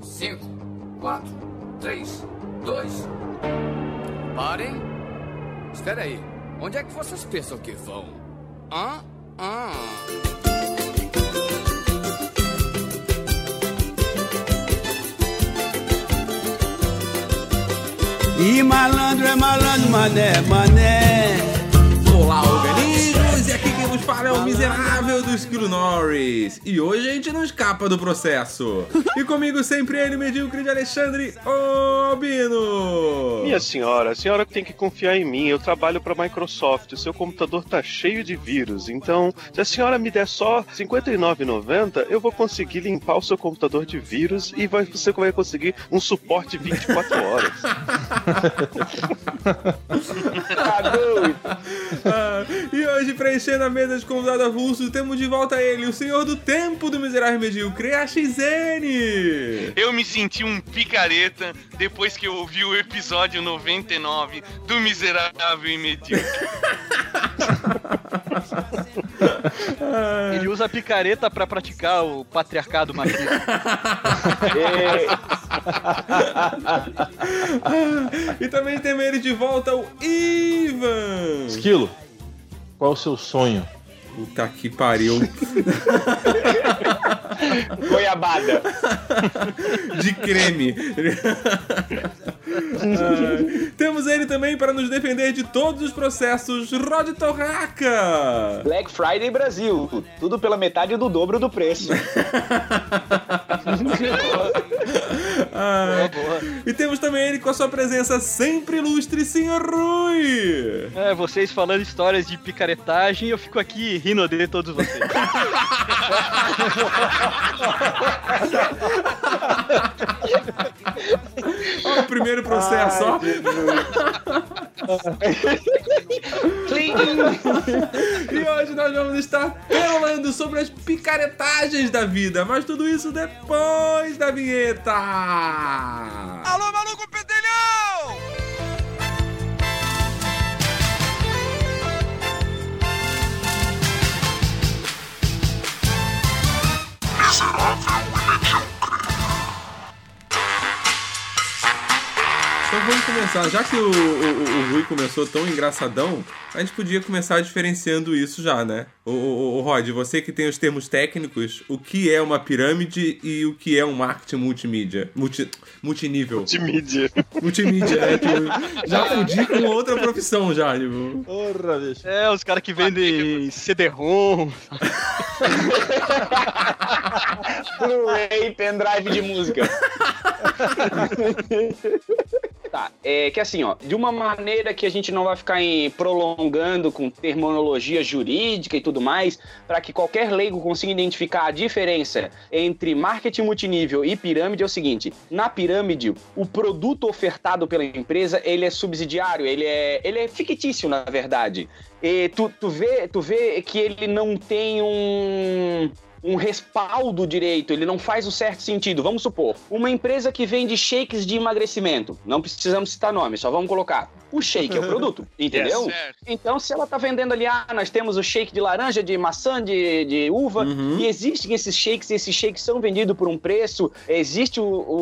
5, 4, 3, 2... Parem. Espera aí. Onde é que vocês pensam que vão? E malandro é malandro, mané, mané. Olá, organismos! E aqui quem nos fala é o miserável do Esquilo Norris. E hoje a gente não escapa do processo. E comigo sempre ele, medíocre de Alexandre Obino. Minha senhora, a senhora tem que confiar em mim. Eu trabalho pra Microsoft. O seu computador tá cheio de vírus. Então, se a senhora me der só R$ 59,90, eu vou conseguir limpar o seu computador de vírus e você vai conseguir um suporte 24 horas. E hoje, preenchendo a mesa de convidado avulso, temos de volta ele, o senhor do tempo do miserável medíocre, AXN. Eu me senti um picareta depois que eu ouvi o episódio 99 do Miserável e Medíocre. Ele usa a picareta pra praticar o patriarcado machista. E também temos ele de volta, o Ivan. Esquilo, qual é o seu sonho? Puta que pariu. Goiabada. De creme. Temos ele também para nos defender de todos os processos, Rod Torraca. Black Friday Brasil. Tudo pela metade do dobro do preço. Boa. E temos também ele com a sua presença sempre ilustre, Sr. Rui. Vocês falando histórias de picaretagem, eu fico aqui rindo de todos vocês. Olha o primeiro processo, ó. E hoje nós vamos estar perolando sobre as picaretagens da vida, mas tudo isso depois da vinheta. Alô, maluco pedelhão! Então vamos começar. Já que o Rui começou tão engraçadão, a gente podia começar diferenciando isso já, né? O Rod, você que tem os termos técnicos, o que é uma pirâmide e o que é um marketing multimídia? Multinível. Multimídia, tipo, já fudi com outra profissão já, tipo. Porra, bicho. Os caras que vendem CD-ROM. Blu-ray, pendrive de música. Tá, que assim, ó, de uma maneira que a gente não vai ficar prolongando com terminologia jurídica e tudo mais, para que qualquer leigo consiga identificar a diferença entre marketing multinível e pirâmide é o seguinte: na pirâmide, o produto ofertado pela empresa, ele é subsidiário, ele é fictício, na verdade. E tu vê que ele não tem um respaldo direito, ele não faz o certo sentido. Vamos supor, uma empresa que vende shakes de emagrecimento, não precisamos citar nome, só vamos colocar. O shake é o produto, entendeu? Então, se ela tá vendendo ali, nós temos o shake de laranja, de maçã, de uva, e existem esses shakes são vendidos por um preço, existe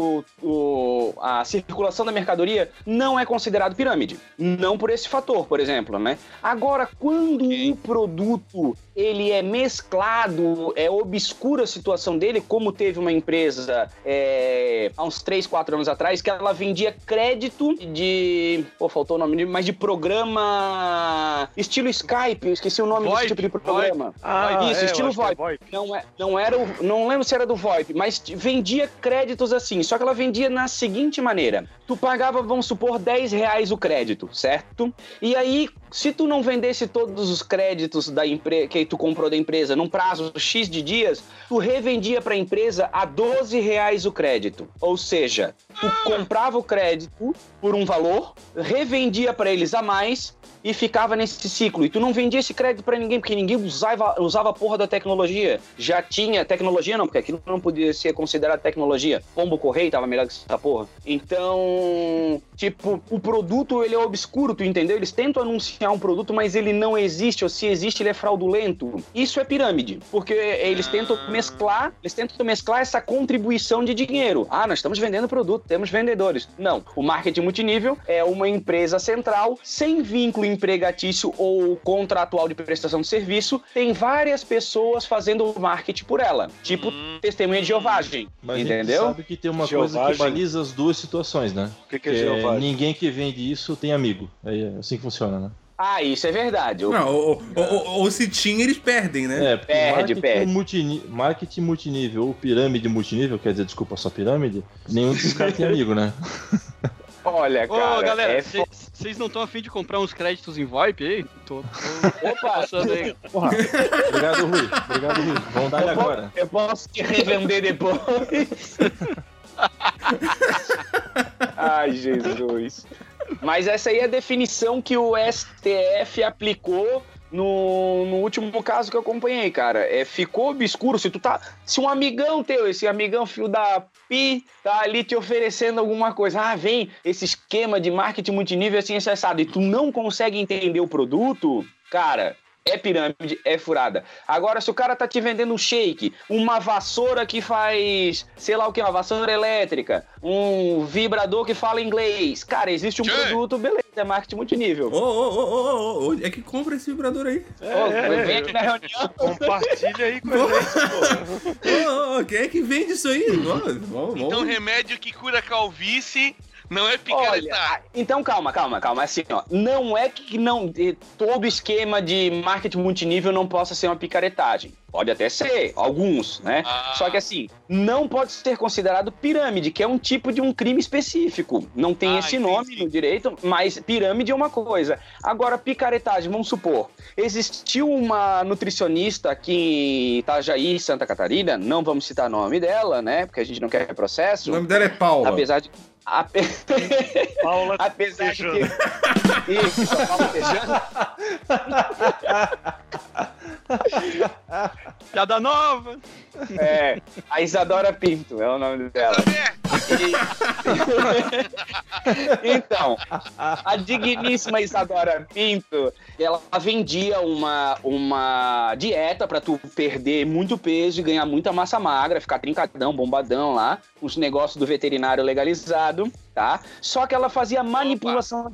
a circulação da mercadoria, não é considerado pirâmide. Não por esse fator, por exemplo, né? Agora, quando o produto ele é mesclado, é obscura a situação dele, como teve uma empresa há uns 3, 4 anos atrás, que ela vendia crédito de... faltou o nome, mas de programa estilo Skype, eu esqueci o nome desse tipo de programa. Estilo VoIP. Não lembro se era do VoIP, mas vendia créditos assim, só que ela vendia na seguinte maneira: tu pagava, vamos supor, R$10 o crédito, certo? E aí, se tu não vendesse todos os créditos da empresa que tu comprou da empresa num prazo X de dias, tu revendia para a empresa a R$12 o crédito. Ou seja, tu comprava o crédito por um valor, revendia para eles a mais e ficava nesse ciclo. E tu não vendia esse crédito pra ninguém, porque ninguém usava a porra da tecnologia. Já tinha tecnologia, não, porque aquilo não podia ser considerado tecnologia. Pombo correio tava melhor que essa porra. Então, tipo, o produto, ele é obscuro, tu entendeu? Eles tentam anunciar anunciar um produto, mas ele não existe, ou se existe, ele é fraudulento. Isso é pirâmide, porque eles tentam mesclar essa contribuição de dinheiro. Ah, nós estamos vendendo produto, temos vendedores. Não, o marketing multinível é uma empresa central, sem vínculo empregatício ou contratual de prestação de serviço, tem várias pessoas fazendo o marketing por ela, tipo testemunha de Jeová, mas entendeu? A gente sabe que tem uma coisa que baliza as duas situações, né? O que é Jeová? Ninguém que vende isso tem amigo. É assim que funciona, né? Ah, isso é verdade. Não, ou se tinha, eles perdem, né? Perde. Marketing multinível ou pirâmide multinível, quer dizer, desculpa, só pirâmide, nenhum desses caras tem amigo, né? Olha, cara... Ô, galera, vocês não estão afim de comprar uns créditos em VoIP aí? Tô passando aí. Porra, obrigado, Rui. Vamos dar agora. Eu posso te revender depois. Ai, Jesus. Mas essa aí é a definição que o STF aplicou no último caso que eu acompanhei, cara. Ficou obscuro. Se um amigão teu, esse amigão filho da Pi, tá ali te oferecendo alguma coisa, vem esse esquema de marketing multinível assim acessado, e tu não consegue entender o produto, cara... É pirâmide, é furada. Agora, se o cara tá te vendendo um shake, uma vassoura que faz, sei lá o que, uma vassoura elétrica, um vibrador que fala inglês, cara, existe um produto, beleza, é marketing multinível. É que compra esse vibrador aí. Vem aqui na reunião. Compartilha aí com a gente, pô. Quem é que vende isso aí? Então, remédio que cura calvície... Não é picaretar. Então calma. Assim, ó, não é que todo esquema de marketing multinível não possa ser uma picaretagem. Pode até ser, alguns, né? Só que assim, não pode ser considerado pirâmide, que é um tipo de um crime específico. Não tem esse nome no direito, mas pirâmide é uma coisa. Agora, picaretagem, vamos supor, existiu uma nutricionista aqui em Itajaí, Santa Catarina, não vamos citar o nome dela, né? Porque a gente não quer processo. O nome dela é Paula. Apesar de... Paula apesar de que... Isso, Paula Tejano. Piada nova! A Isadora Pinto é o nome dela. Então, a digníssima Isadora Pinto, ela vendia uma dieta pra tu perder muito peso e ganhar muita massa magra, ficar trincadão, bombadão lá, os negócios do veterinário legalizado, tá? Só que ela fazia manipulação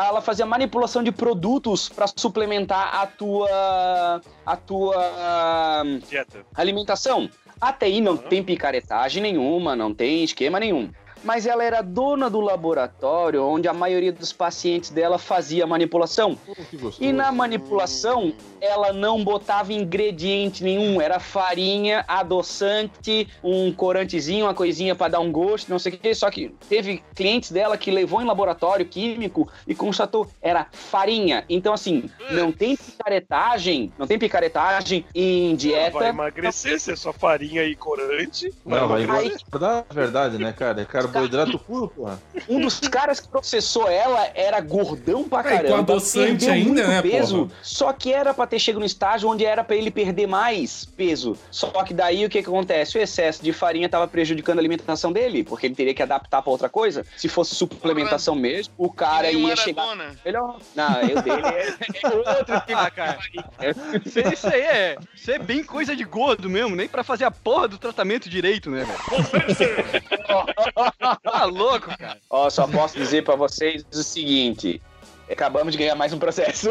de produtos pra suplementar a tua dieta, alimentação. Até aí não tem picaretagem nenhuma, não tem esquema nenhum. Mas ela era dona do laboratório onde a maioria dos pacientes dela fazia manipulação. E na manipulação, ela não botava ingrediente nenhum. Era farinha, adoçante, um corantezinho, uma coisinha pra dar um gosto, não sei o que. Só que teve clientes dela que levou em laboratório químico e constatou, era farinha. Então, assim, não tem picaretagem em dieta. Vai emagrecer, se é só farinha e corante. Não, vai emagrecer. Na verdade, né, cara? É carboidrato puro, porra. Um dos caras que processou ela era gordão pra caramba. Com adoçante ainda, muito né, peso, porra? só que era pra ter chegado no estágio onde era pra ele perder mais peso. Só que daí o que acontece? O excesso de farinha tava prejudicando a alimentação dele, porque ele teria que adaptar pra outra coisa. Se fosse suplementação mesmo, o cara ia chegar... Melhor. Não, o dele é outro tipo. Cara. Isso é bem coisa de gordo mesmo, nem pra fazer a porra do tratamento direito, né, velho? Tá louco, cara. Ó, só posso dizer pra vocês o seguinte: acabamos de ganhar mais um processo.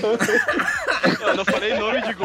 Eu não falei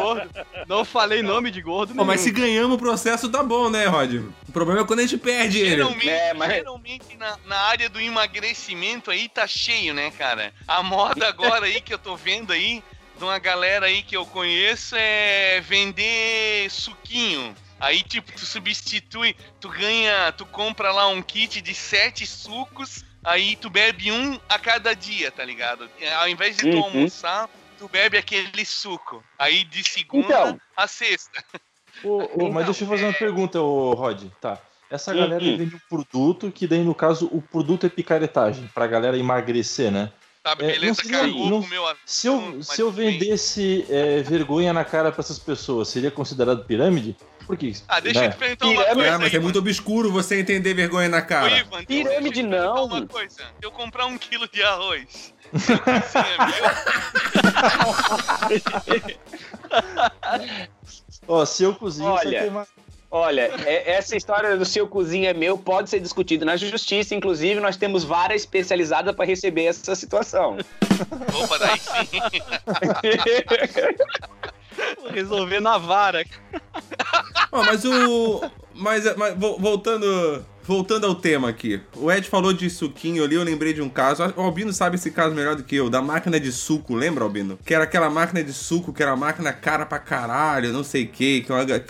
nome de gordo. Mas se ganhamos o processo, tá bom, né, Rod? O problema é quando a gente perde ele. Geralmente na área do emagrecimento aí tá cheio, né, cara? A moda agora aí que eu tô vendo aí, de uma galera aí que eu conheço, é vender suquinho. Aí, tipo, tu substitui, tu compra lá um kit de 7 sucos, aí tu bebe um a cada dia, tá ligado? Ao invés de tu almoçar, tu bebe aquele suco. Aí de segunda a sexta. Mas deixa eu fazer uma pergunta, Rod. Tá. Essa galera vende um produto que daí, no caso, o produto é picaretagem, pra galera emagrecer, né? Tá, beleza, cagou pro meu avião. Se eu vendesse vergonha na cara pra essas pessoas, seria considerado pirâmide? Por que? Deixa eu te perguntar uma Pirâmide- coisa. Mas é muito obscuro você entender vergonha na Ô, cara. Ivan, então Pirâmide deixa eu te perguntar não. Uma coisa. Se eu comprar 1 quilo de arroz, seu cozinho é meu? Ó, se eu cozinho, você Olha. tem mais. Olha, essa história do seu cozinha é meu pode ser discutida na justiça. Inclusive, nós temos vara especializada para receber essa situação. Opa, daí sim. Vou resolver na vara. Ó, mas voltando ao tema aqui. O Ed falou de suquinho ali, eu lembrei de um caso. O Albino sabe esse caso melhor do que eu, da máquina de suco, lembra, Albino? Que era aquela máquina de suco, que era uma máquina cara pra caralho, não sei o que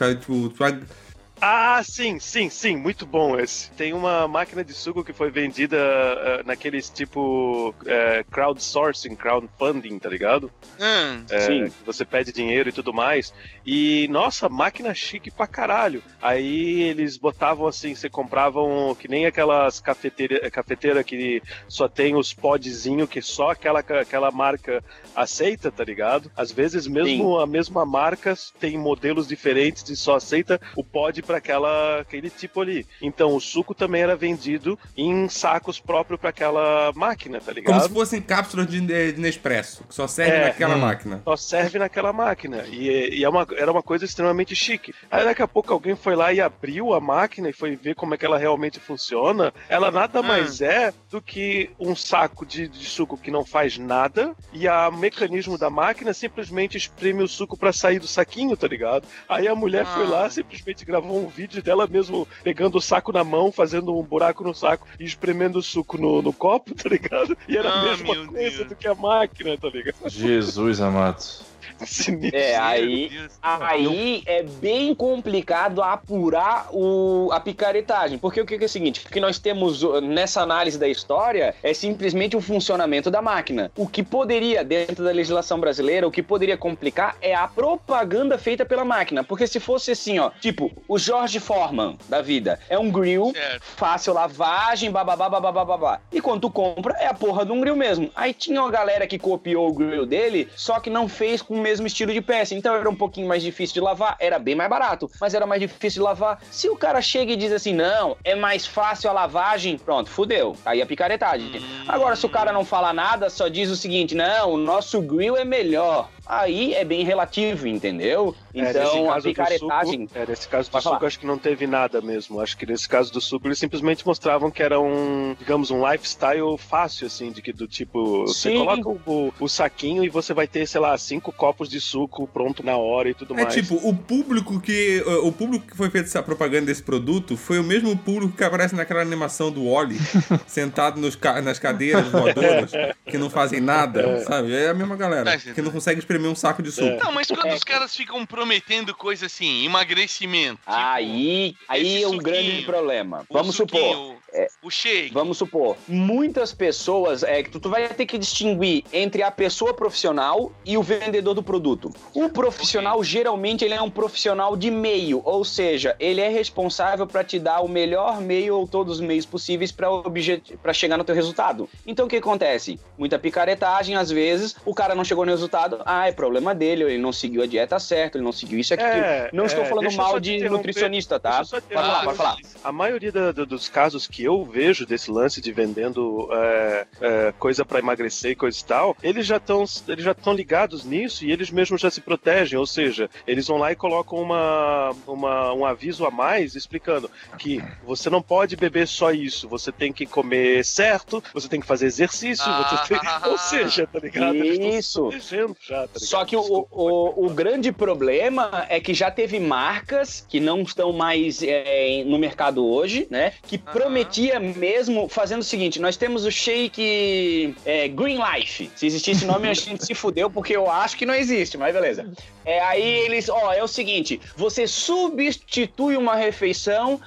Ah, sim, muito bom esse. Tem uma máquina de suco que foi vendida naqueles tipo crowdsourcing, crowdfunding, tá ligado? Sim. Que você pede dinheiro e tudo mais. E, nossa, máquina chique pra caralho. Aí eles botavam assim, você compravam que nem aquelas cafeteira que só tem os podzinhos que só aquela marca aceita, tá ligado? Às vezes mesmo a mesma marca tem modelos diferentes e só aceita o pod para aquele tipo ali. Então o suco também era vendido em sacos próprios para aquela máquina, tá ligado? Como se fossem cápsulas de Nespresso, que só serve naquela máquina. Só serve naquela máquina. E era uma coisa extremamente chique. Aí daqui a pouco alguém foi lá e abriu a máquina e foi ver como é que ela realmente funciona. Ela nada mais é do que um saco de suco que não faz nada e o mecanismo da máquina simplesmente espreme o suco pra sair do saquinho, tá ligado? Aí a mulher foi lá, simplesmente gravou um vídeo dela mesmo pegando o saco na mão, fazendo um buraco no saco e espremendo o suco no copo, tá ligado? E era a mesma coisa do que a máquina, tá ligado? Jesus amado. Aí é bem complicado apurar a picaretagem, porque o que é o seguinte, o que nós temos nessa análise da história é simplesmente o funcionamento da máquina. O que poderia, dentro da legislação brasileira, o que poderia complicar é a propaganda feita pela máquina, porque se fosse assim, ó, tipo, o Jorge Foreman da vida, é um grill, fácil lavagem, babá, e quando tu compra, é a porra de um grill mesmo. Aí tinha uma galera que copiou o grill dele, só que não fez com o mesmo estilo de peça, então era um pouquinho mais difícil de lavar, era bem mais barato, mas era mais difícil de lavar. Se o cara chega e diz assim, não, é mais fácil a lavagem, pronto, fudeu, aí a picaretagem. Agora, se o cara não fala nada, só diz o seguinte, não, o nosso grill é melhor, aí é bem relativo, entendeu? Então, a picaretagem... Nesse caso do suco, acho que não teve nada mesmo. Acho que nesse caso do suco, eles simplesmente mostravam que era um lifestyle fácil, assim, do tipo, você coloca o saquinho e você vai ter, sei lá, 5 copos de suco pronto na hora e tudo mais. É tipo, o público que foi feito essa propaganda desse produto foi o mesmo público que aparece naquela animação do Wall-E, sentado nas cadeiras voadoras, que não fazem nada, sabe? É a mesma galera, que não consegue espremer um saco de suco. Não, mas quando os caras ficam prometendo coisa assim, emagrecimento... Aí é um grande problema. Vamos supor... O shake. Vamos supor, muitas pessoas, tu vai ter que distinguir entre a pessoa profissional e o vendedor do produto. O profissional, geralmente, ele é um profissional de meio, ou seja, ele é responsável para te dar o melhor meio ou todos os meios possíveis para chegar no teu resultado. Então, o que acontece? Muita picaretagem, às vezes, o cara não chegou no resultado, é problema dele, ele não seguiu a dieta certa, ele não seguiu isso aqui. Não estou falando mal de nutricionista, tá? Pode falar. A maioria dos casos que eu vejo desse lance de vendendo coisa para emagrecer e coisa e tal, eles já estão ligados nisso e eles mesmos já se protegem, ou seja, eles vão lá e colocam um aviso a mais explicando que você não pode beber só isso, você tem que comer certo, você tem que fazer exercício, ou seja, tá ligado? Isso. Já, tá ligado? Só que o grande problema é que já teve marcas que não estão mais no mercado hoje, né, que prometia mesmo fazendo o seguinte, nós temos o shake Green Life. Se existisse nome, a gente se fudeu, porque eu acho que não existe, mas beleza. Aí eles, é o seguinte, você substitui uma refeição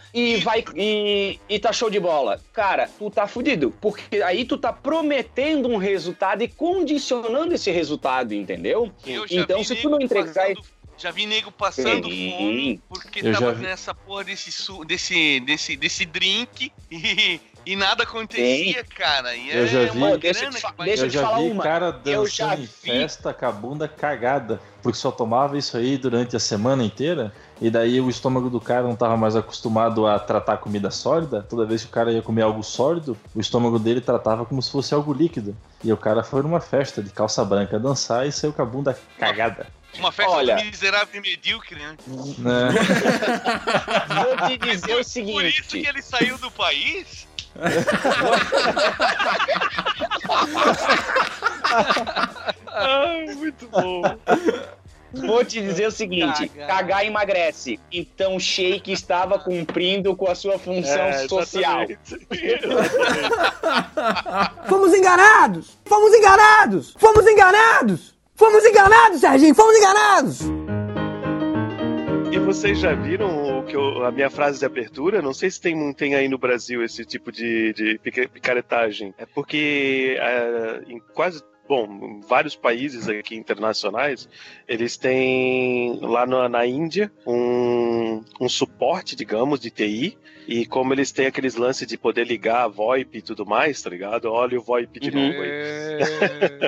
e tá show de bola. Cara, tu tá fudido, porque aí tu tá prometendo um resultado e condicionando esse resultado, entendeu? Então, se tu não entregar... Já vi nego passando fome porque tava nessa porra desse drink e nada acontecia, cara. E eu já vi, uma deixa eu te falar uma. Cara dançando em festa com a bunda cagada, porque só tomava isso aí durante a semana inteira, e daí o estômago do cara não tava mais acostumado a tratar comida sólida. Toda vez que o cara ia comer algo sólido, o estômago dele tratava como se fosse algo líquido. E o cara foi numa festa de calça branca dançar e saiu com a bunda cagada. Uma festa do miserável e medíocre, né? Vou te dizer o seguinte... Por isso que ele saiu do país? Muito bom. Vou te dizer o seguinte, cagar emagrece. Então Shake estava cumprindo com a sua função social. Fomos enganados! Fomos enganados! Fomos enganados! Fomos enganados, Serginho! Fomos enganados! E vocês já viram a minha frase de abertura? Não sei se tem aí no Brasil esse tipo de picaretagem. É porque em vários países aqui internacionais, eles têm lá na Índia um suporte, digamos, de TI, e como eles têm aqueles lances de poder ligar a VoIP e tudo mais, tá ligado? Olha o VoIP de novo aí.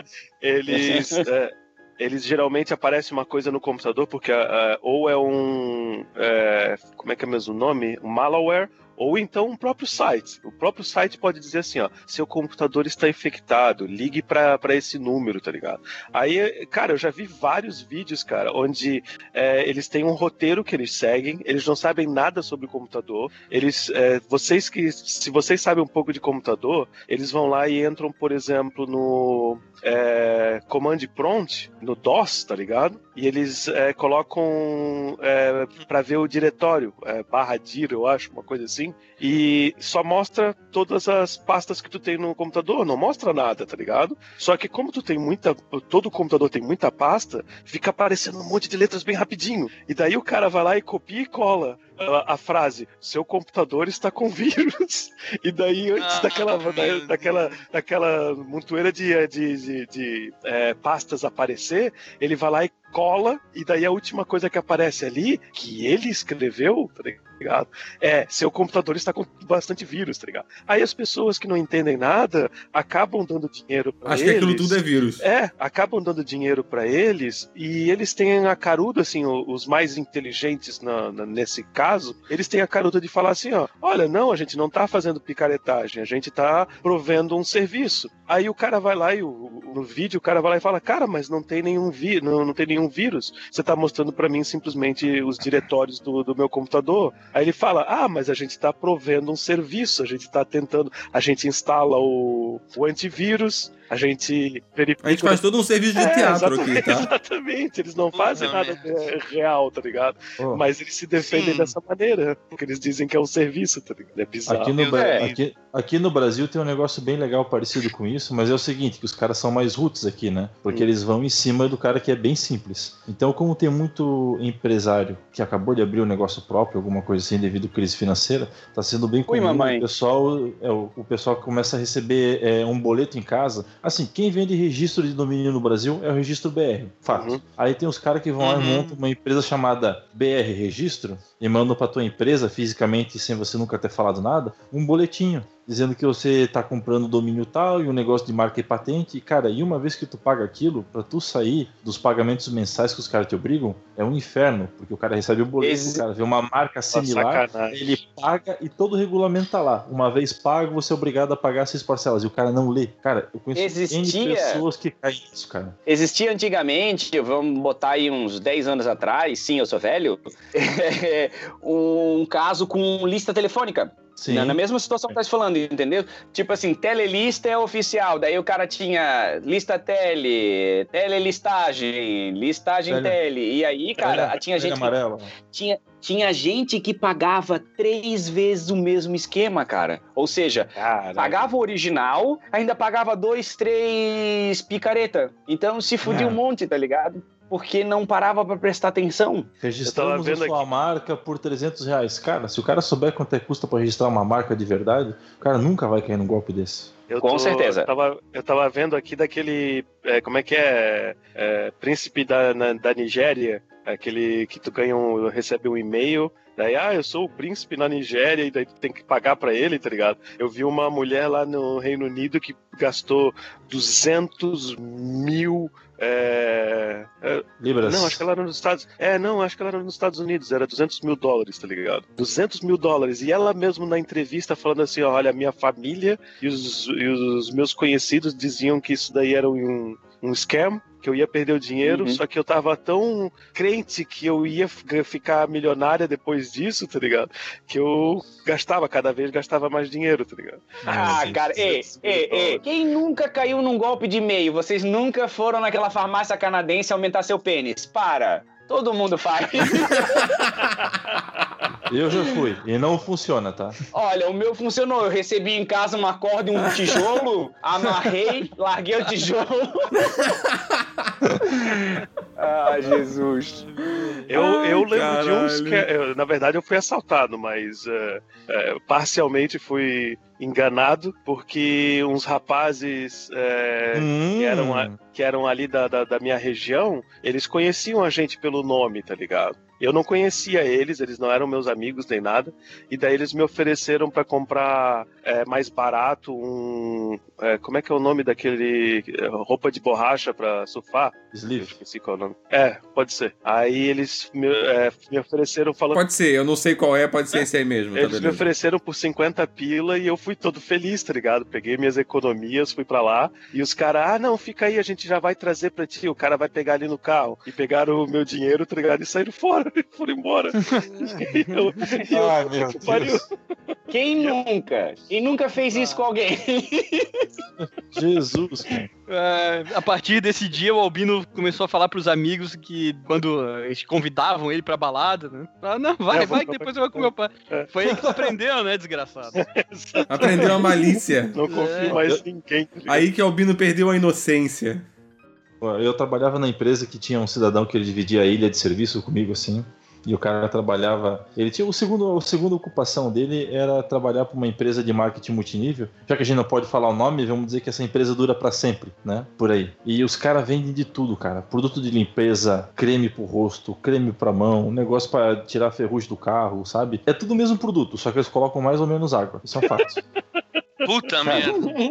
Eles geralmente aparece uma coisa no computador porque ou é como é que é mesmo o nome? Um malware, ou então um próprio site. O próprio site pode dizer assim, ó, seu computador está infectado, ligue pra esse número, tá ligado? Aí, cara, eu já vi vários vídeos, cara, onde eles têm um roteiro que eles seguem, eles não sabem nada sobre o computador, se vocês sabem um pouco de computador, eles vão lá e entram, por exemplo, no Command Prompt, no DOS, tá ligado? E eles colocam pra ver o diretório, /dir, eu acho, uma coisa assim, e só mostra todas as pastas que tu tem no computador, não mostra nada, tá ligado? Só que como todo computador tem muita pasta, fica aparecendo um monte de letras bem rapidinho, e daí o cara vai lá e copia e cola a frase, seu computador está com vírus, e daí antes daquela montoeira de pastas aparecer, ele vai lá e cola, e daí a última coisa que aparece ali, que ele escreveu, tá ligado? Seu computador está com bastante vírus, tá ligado? Aí as pessoas que não entendem nada acabam dando dinheiro pra eles. Acho que aquilo tudo é vírus. Acabam dando dinheiro pra eles, e eles têm a caruda, assim, os mais inteligentes nesse caso, eles têm a caruda de falar assim, ó, olha, não, a gente não tá fazendo picaretagem, a gente tá provendo um serviço. Aí o cara vai lá e no vídeo o cara vai lá e fala, cara, mas não tem nenhum vírus, você tá mostrando pra mim simplesmente os diretórios do meu computador. Aí ele fala, mas a gente tá provendo um serviço, a gente instala o antivírus, a gente verifica... A gente faz todo um serviço de teatro aqui, tá? Exatamente, eles não fazem nada real, tá ligado? Mas eles se defendem dessa maneira, porque eles dizem que é um serviço, tá ligado? É bizarro. Aqui no Brasil tem um negócio bem legal parecido com isso, mas é o seguinte, que os caras são mais roots aqui, né? Porque eles vão em cima do cara que é bem simples. Então, como tem muito empresário que acabou de abrir um negócio próprio, alguma coisa assim, devido à crise financeira, tá sendo bem comum. O pessoal começa a receber um boleto em casa. Assim, quem vende registro de domínio no Brasil é o registro BR, fato. Aí tem os caras que vão lá e montam uma empresa chamada BR Registro e mandam pra tua empresa, fisicamente, sem você nunca ter falado nada, um boletinho dizendo que você tá comprando domínio tal e um negócio de marca e patente. E, cara, e uma vez que tu paga aquilo, pra tu sair dos pagamentos mensais que os caras te obrigam, é um inferno, porque o cara recebe o boleto, o cara vê uma marca similar, ele paga e todo o regulamento tá lá. Uma vez pago, você é obrigado a pagar 6 parcelas, e o cara não lê. Cara, eu conheço N pessoas que caem nisso, cara. Existia antigamente, vamos botar aí uns 10 anos atrás, sim, eu sou velho, um caso com lista telefônica. Sim. Na mesma situação que tá se falando, entendeu? Tipo assim, telelista é oficial, daí o cara tinha lista telelistagem, listagem tele, e aí, cara, tinha gente amarela. Tinha gente que pagava 3 vezes o mesmo esquema, cara. Ou seja, pagava o original, ainda pagava 2, 3 picareta. Então se fudia um monte, tá ligado? Porque não parava pra prestar atenção. Registramos a sua marca por R$300. Cara, se o cara souber quanto custa pra registrar uma marca de verdade, o cara nunca vai cair num golpe desse. Com certeza. Eu tava vendo aqui daquele. Como é que é? Príncipe da Nigéria. Aquele que tu recebe um e-mail. Daí, eu sou o príncipe na Nigéria e daí tu tem que pagar pra ele, tá ligado? Eu vi uma mulher lá no Reino Unido que gastou 200 mil... Libras. Não, acho que ela era nos Estados... acho que ela era nos Estados Unidos. Era 200 mil dólares, tá ligado? 200 mil dólares. E ela mesmo na entrevista falando assim, olha, a minha família e os meus conhecidos diziam que isso daí era um scam, que eu ia perder o dinheiro, só que eu tava tão crente que eu ia ficar milionária depois disso, tá ligado? Que eu cada vez gastava mais dinheiro, tá ligado? Cara, quem nunca caiu num golpe de e-mail? Vocês nunca foram naquela farmácia canadense aumentar seu pênis? Para! Todo mundo faz. Eu já fui, e não funciona, tá? Olha, o meu funcionou. Eu recebi em casa uma corda e um tijolo, amarrei, larguei o tijolo. Jesus. Eu lembro de uns que... Na verdade, eu fui assaltado, mas parcialmente fui enganado, porque uns rapazes que eram ali da minha região, eles conheciam a gente pelo nome, tá ligado? Eu não conhecia eles não eram meus amigos nem nada, e daí eles me ofereceram pra comprar mais barato como é que é o nome daquele roupa de borracha pra surfar? Sleeve. Eu esqueci qual é o nome. Pode ser. Aí eles me ofereceram falando... Pode ser, eu não sei qual pode ser esse aí mesmo. Eles me ofereceram por 50 pila e eu fui todo feliz, tá ligado? Peguei minhas economias, fui pra lá, e os caras, não, fica aí, a gente já vai trazer pra ti, o cara vai pegar ali no carro. E pegaram o meu dinheiro, tá ligado? E saíram fora, foram embora. Ai, meu Deus. Quem nunca fez isso com alguém? Jesus, cara. A partir desse dia, o Albino começou a falar pros amigos que quando eles convidavam ele pra balada, né? Não, vai, que depois eu vou com meu pai. Foi aí que tu aprendeu, né, desgraçado? Aprendeu a malícia. Não confio mais em ninguém. Aí que o Albino perdeu a inocência. Eu trabalhava na empresa que tinha um cidadão que ele dividia a ilha de serviço comigo, assim. E o cara trabalhava... Ele tinha a segunda ocupação dele era trabalhar para uma empresa de marketing multinível. Já que a gente não pode falar o nome, vamos dizer que essa empresa dura para sempre, né? Por aí. E os caras vendem de tudo, cara. Produto de limpeza, creme pro rosto, creme pra mão, negócio para tirar a ferrugem do carro, sabe? É tudo o mesmo produto, só que eles colocam mais ou menos água. Isso é um fato. Puta merda.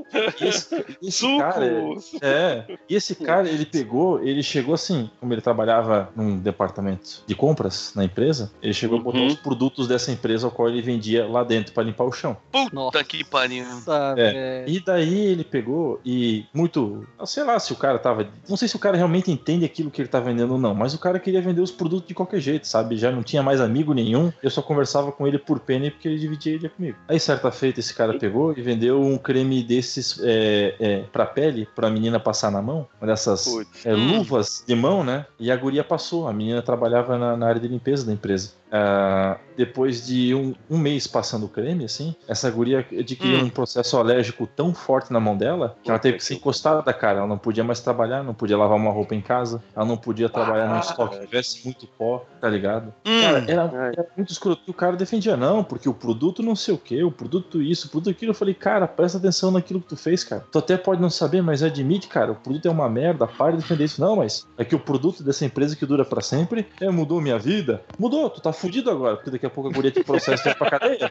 Esse cara, e esse cara, ele chegou assim, como ele trabalhava num departamento de compras na empresa, ele chegou a botar os produtos dessa empresa ao qual ele vendia lá dentro para limpar o chão. Puta que pariu. E daí ele pegou e sei lá se o cara não sei se o cara realmente entende aquilo que ele tá vendendo ou não, mas o cara queria vender os produtos de qualquer jeito, sabe? Já não tinha mais amigo nenhum, eu só conversava com ele por penny porque ele dividia ele comigo. Aí certa feita esse cara pegou e vendeu um creme desses pra pele, pra menina passar na mão, uma dessas luvas de mão, né? E a guria passou, a menina trabalhava na área de limpeza da empresa. Depois de um mês passando o creme, assim, essa guria adquiriu um processo alérgico tão forte na mão dela que ela teve que se encostar da cara. Ela não podia mais trabalhar, não podia lavar uma roupa em casa, ela não podia trabalhar num estoque que tivesse muito pó, tá ligado? Cara, era muito escroto. O cara defendia, não, porque o produto não sei o que, o produto isso, o produto aquilo. Eu falei, cara, presta atenção naquilo que tu fez, cara. Tu até pode não saber, mas admite, cara, o produto é uma merda, para de defender isso. Não, mas é que o produto dessa empresa que dura pra sempre mudou minha vida. Mudou, tu tá fudido agora, porque daqui a pouco a guria te processa e vai pra cadeia.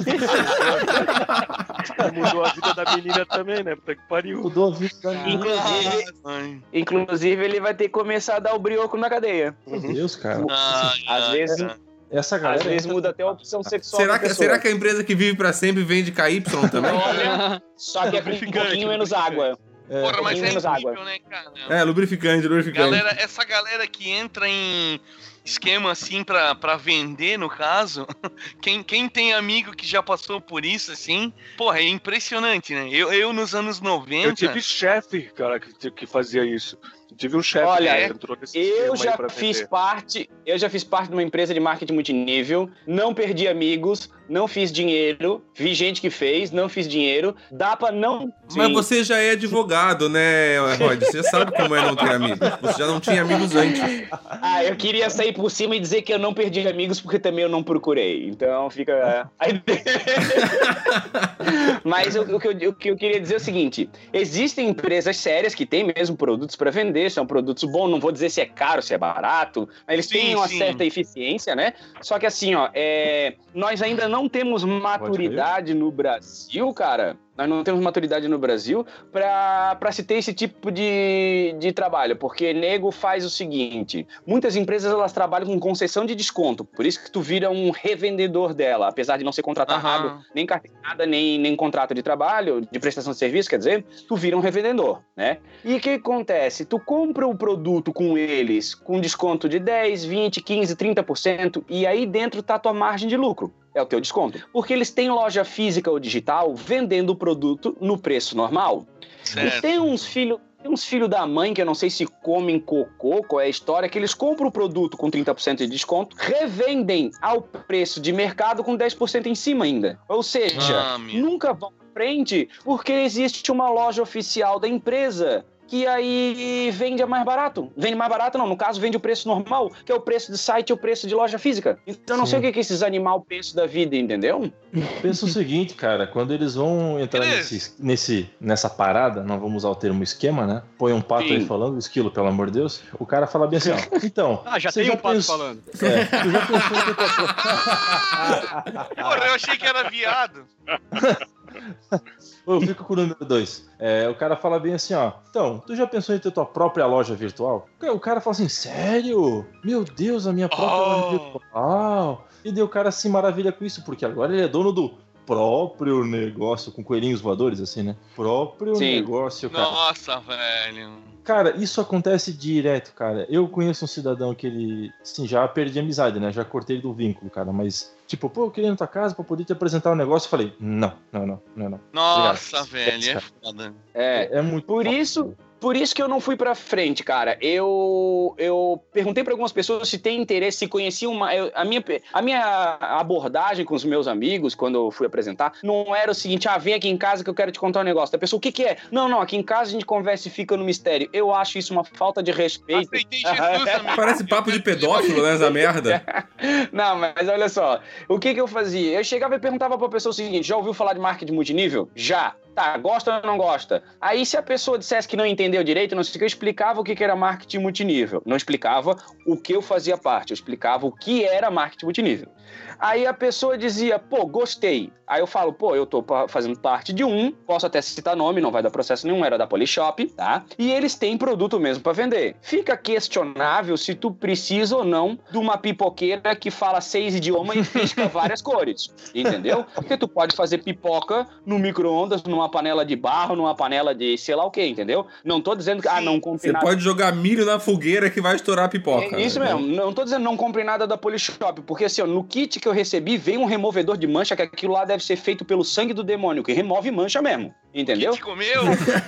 Mudou a vida da menina também, né? Puta que pariu. Mudou a vida da menina. Inclusive, ele vai ter que começar a dar o brioco na cadeia. Meu Deus, cara. Às vezes... Essa galera às vezes muda até a opção sexual. Será que a empresa que vive pra sempre vende KY também? Olha, só que é com um pouquinho menos água. Porra, mas é incrível, né, cara? Lubrificante. Essa galera que entra em esquema assim pra vender, no caso, quem tem amigo que já passou por isso, assim, porra, é impressionante, né? Eu nos anos 90... Eu tive chefe, cara, que fazia isso. Tive um chefe Olha, que entrou nesse eu esquema já aí pra fiz vender. parte de uma empresa de marketing multinível, não perdi amigos, não fiz dinheiro, vi gente que fez, não fiz dinheiro, dá pra não... Mas Sim. você já é advogado, né, Rod? Você já sabe como é não ter amigos. Você já não tinha amigos antes. Ah, eu queria sair por cima e dizer que eu não perdi amigos porque também eu não procurei. Então fica... Mas o que eu queria dizer é o seguinte, existem empresas sérias que têm mesmo produtos para vender, são produtos bons, não vou dizer se é caro, se é barato, mas eles têm uma certa eficiência, né? Só que assim, ó, nós ainda não temos maturidade no Brasil, cara. Nós não temos maturidade no Brasil para se ter esse tipo de trabalho, porque nego faz o seguinte, muitas empresas elas trabalham com concessão de desconto, por isso que tu vira um revendedor dela, apesar de não ser contratado, nem carteirada, nem contrato de trabalho, de prestação de serviço, quer dizer, tu vira um revendedor, né? E o que acontece? Tu compra o produto com eles com desconto de 10, 20, 15, 30% e aí dentro tá a tua margem de lucro. É o teu desconto. Porque eles têm loja física ou digital vendendo o produto no preço normal. Certo. E tem uns filhos da mãe que eu não sei se comem cocô, qual é a história, que eles compram o produto com 30% de desconto, revendem ao preço de mercado com 10% em cima ainda. Ou seja, nunca vão à frente porque existe uma loja oficial da empresa que aí vende mais barato. Vende mais barato não, no caso vende o preço normal, que é o preço de site e o preço de loja física. Então eu não sei o que esses animais pensam da vida, entendeu? Pensa o seguinte, cara, quando eles vão entrar nessa parada, não vamos usar o termo esquema, né? Põe um pato aí falando, esquilo, pelo amor de Deus, o cara fala bem assim, ó, então... já tem um pato falando. Tu já pensou que Porra, eu achei que era viado. Eu fico com o número 2. O cara fala bem assim, ó. Então, tu já pensou em ter tua própria loja virtual? O cara fala assim, sério? Meu Deus, a minha própria loja virtual. E daí o cara se maravilha com isso, porque agora ele é dono do próprio negócio, com coelhinhos voadores, assim, né? Próprio negócio, cara. Nossa, velho. Cara, isso acontece direto, cara. Eu conheço um cidadão que ele, assim, já perdi a amizade, né? Já cortei ele do vínculo, cara, mas... Tipo, pô, eu queria ir na tua casa pra poder te apresentar um negócio. Eu falei, não. Nossa, velho, é foda. É muito Por isso que eu não fui pra frente, cara. Eu perguntei pra algumas pessoas se tem interesse, se conheciam a minha abordagem com os meus amigos, quando eu fui apresentar, não era o seguinte, vem aqui em casa que eu quero te contar um negócio. Da pessoa, o que é? Não, aqui em casa a gente conversa e fica no mistério. Eu acho isso uma falta de respeito. Aceitei Jesus, amigo. Parece papo de pedófilo, né, essa merda? Não, mas olha só, o que eu fazia? Eu chegava e perguntava pra pessoa o seguinte, já ouviu falar de marketing multinível? Já. Tá, gosta ou não gosta? Aí se a pessoa dissesse que não entendeu direito, não sei o que, eu explicava o que era marketing multinível. Não explicava o que eu fazia parte, eu explicava o que era marketing multinível. Aí a pessoa dizia, pô, gostei. Aí eu falo, pô, eu tô fazendo parte de posso até citar nome, não vai dar processo nenhum, era da Polishop, tá? E eles têm produto mesmo pra vender. Fica questionável se tu precisa ou não de uma pipoqueira que fala 6 idiomas e pisca várias cores, entendeu? Porque tu pode fazer pipoca no micro-ondas, numa panela de barro, numa panela de sei lá o que, entendeu? Não tô dizendo que, não compre Você nada. pode jogar milho na fogueira que vai estourar a pipoca. É isso mesmo, não tô dizendo não compre nada da Polishop, porque assim, ó, no kit que eu recebi vem um removedor de mancha, que aquilo lá deve ser feito pelo sangue do demônio, que remove mancha mesmo, entendeu? Que comeu?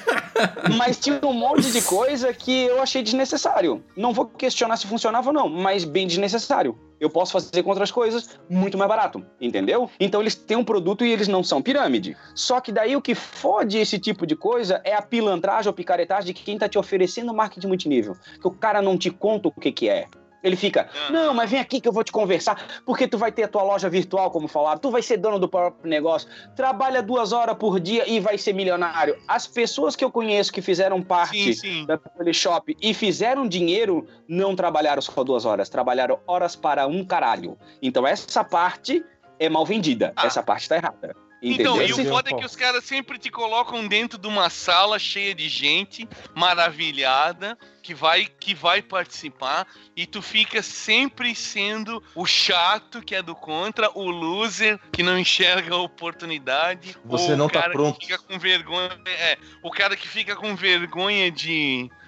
Mas tinha um monte de coisa que eu achei desnecessário. Não vou questionar se funcionava ou não, mas bem desnecessário. Eu posso fazer com outras coisas muito mais barato, entendeu? Então eles têm um produto e eles não são pirâmide. Só que daí o que fode esse tipo de coisa é a pilantragem ou picaretagem de quem tá te oferecendo marketing multinível. Que o cara não te conta o que é. Ele fica, não, mas vem aqui que eu vou te conversar, porque tu vai ter a tua loja virtual, como falaram, tu vai ser dono do próprio negócio, trabalha 2 horas por dia e vai ser milionário. As pessoas que eu conheço que fizeram parte da Polishop e fizeram dinheiro, não trabalharam só 2 horas, trabalharam horas para um caralho. Então essa parte é mal vendida, essa parte tá errada. Entendeu? Então, e o foda é que os caras sempre te colocam dentro de uma sala cheia de gente maravilhada que vai participar e tu fica sempre sendo o chato que é do contra, o loser que não enxerga a oportunidade. Você não tá pronto. Que fica com vergonha, o cara que fica com vergonha de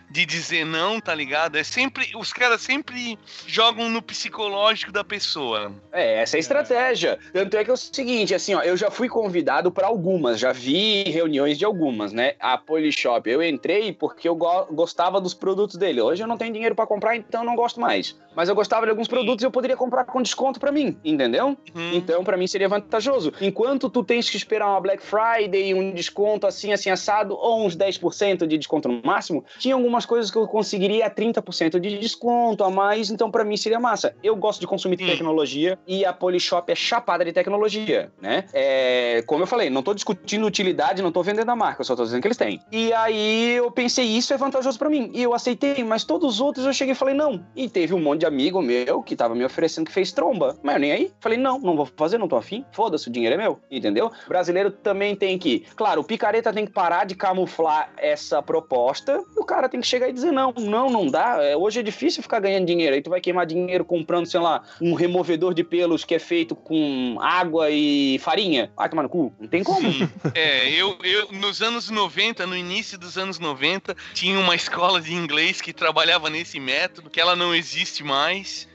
de dizer não, tá ligado? Os caras sempre jogam no psicológico da pessoa. Essa é a estratégia. Tanto é que é o seguinte, assim, ó, eu já fui convidado para algumas, já vi reuniões de algumas, né? A Polishop, eu entrei porque eu gostava dos produtos dele. Hoje eu não tenho dinheiro para comprar, então eu não gosto mais. Mas eu gostava de alguns produtos e eu poderia comprar com desconto para mim, entendeu? Então, para mim seria vantajoso. Enquanto tu tens que esperar uma Black Friday, um desconto assim assado, ou uns 10% de desconto no máximo, tinha algumas coisas que eu conseguiria a 30% de desconto a mais, então para mim seria massa. Eu gosto de consumir tecnologia e a Polishop é chapada de tecnologia, né? Como eu falei, não tô discutindo utilidade, não tô vendendo a marca, eu só tô dizendo que eles têm. E aí eu pensei, isso é vantajoso para mim. E eu aceitei, mas todos os outros eu cheguei e falei, não. E teve um monte de amigo meu que tava me oferecendo que fez tromba. Mas eu nem aí. Falei, não vou fazer, não tô afim. Foda-se, o dinheiro é meu. Entendeu? O brasileiro também tem que... Claro, o picareta tem que parar de camuflar essa proposta e o cara tem que chegar e dizer, não dá. Hoje é difícil ficar ganhando dinheiro. Aí tu vai queimar dinheiro comprando, sei lá, um removedor de pelos que é feito com água e farinha. Vai tomar no cu. Não tem como. Eu nos anos 90, no início dos anos 90, tinha uma escola de inglês que trabalhava nesse método, que ela não existe mais.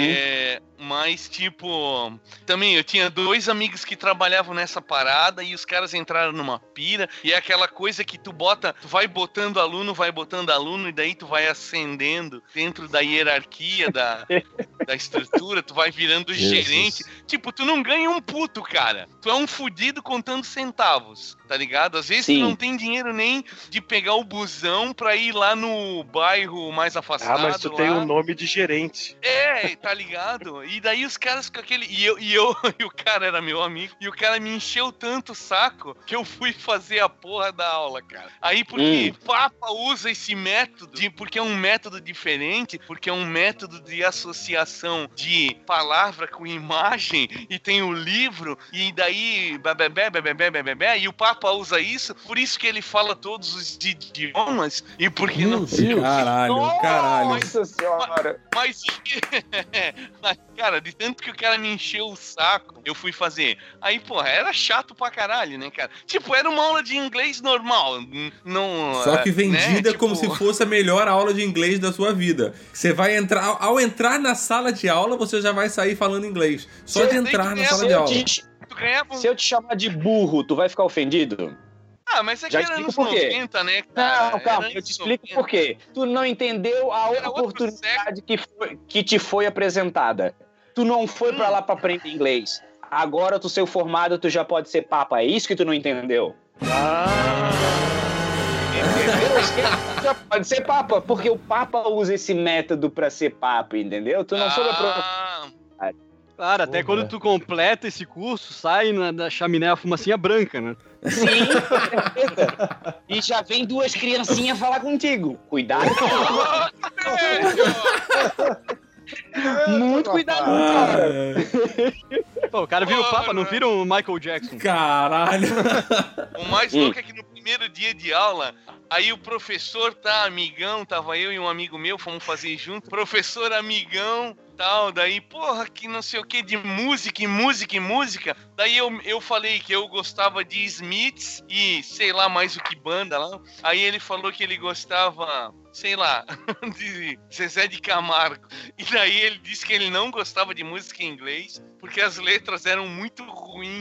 Mas, tipo, também eu tinha 2 amigos que trabalhavam nessa parada e os caras entraram numa pira, e é aquela coisa que tu vai botando aluno, e daí tu vai ascendendo dentro da hierarquia da estrutura, tu vai virando gerente. Tipo, tu não ganha um puto, cara. Tu é um fudido contando centavos, tá ligado? Às vezes tu não tem dinheiro nem de pegar o busão pra ir lá no bairro mais afastado. Mas tu tem o nome de gerente. Tá ligado? E daí os caras com aquele... E o cara era meu amigo, e o cara me encheu tanto o saco que eu fui fazer a porra da aula, cara. Aí porque o Papa usa esse método, porque é um método diferente, porque é um método de associação de palavra com imagem, e tem o livro, e daí... E o Papa usa isso, por isso que ele fala todos os idiomas, e porque não... Caralho. Nossa senhora! Mas cara, de tanto que o cara me encheu o saco, eu fui fazer. Aí, porra, era chato pra caralho, né, cara? Tipo, era uma aula de inglês normal. Só que vendida, né? Como Tipo... se fosse a melhor aula de inglês da sua vida. Você vai entrar... Ao entrar na sala de aula, você já vai sair falando inglês. Só de entrar na sala de aula. Se eu te chamar de burro, tu vai ficar ofendido? Mas é que era anos 90, né, cara? Não, calma, eu te explico por quê. Tu não entendeu a oportunidade que te foi apresentada. Tu não foi pra lá pra aprender inglês. Agora tu ser formado, tu já pode ser papa. É isso que tu não entendeu. Entendeu? Já pode ser papa, porque o papa usa esse método pra ser papa, entendeu? Tu não soube a Claro, até quando tu completa esse curso, sai da chaminé a fumacinha branca, né? Sim, e já vem 2 criancinhas falar contigo. Cuidado. Muito cuidado, cara. Pô, o cara vira o Papa, não vira o Michael Jackson. Caralho. O mais louco é que no primeiro dia de aula, aí o professor amigão, tava eu e um amigo meu, fomos fazer junto, professor amigão, tal, daí, porra, que não sei o que, de música. Daí eu falei que eu gostava de Smiths e sei lá mais o que banda lá. Aí ele falou que ele gostava, sei lá, de Zezé de Camargo. E daí ele disse que ele não gostava de música em inglês porque as letras eram muito ruins.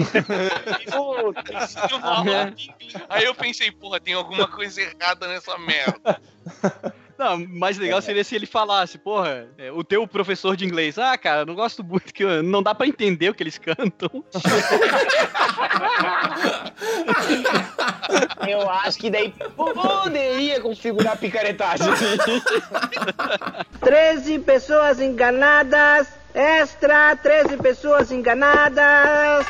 Aí eu pensei, porra, tem alguma coisa errada nessa merda. Não, mais legal seria se ele falasse, porra, o teu professor de inglês, cara, eu não gosto muito, que não dá pra entender o que eles cantam. Eu acho que daí poderia configurar a picaretagem. 13 pessoas enganadas, extra, 13 pessoas enganadas.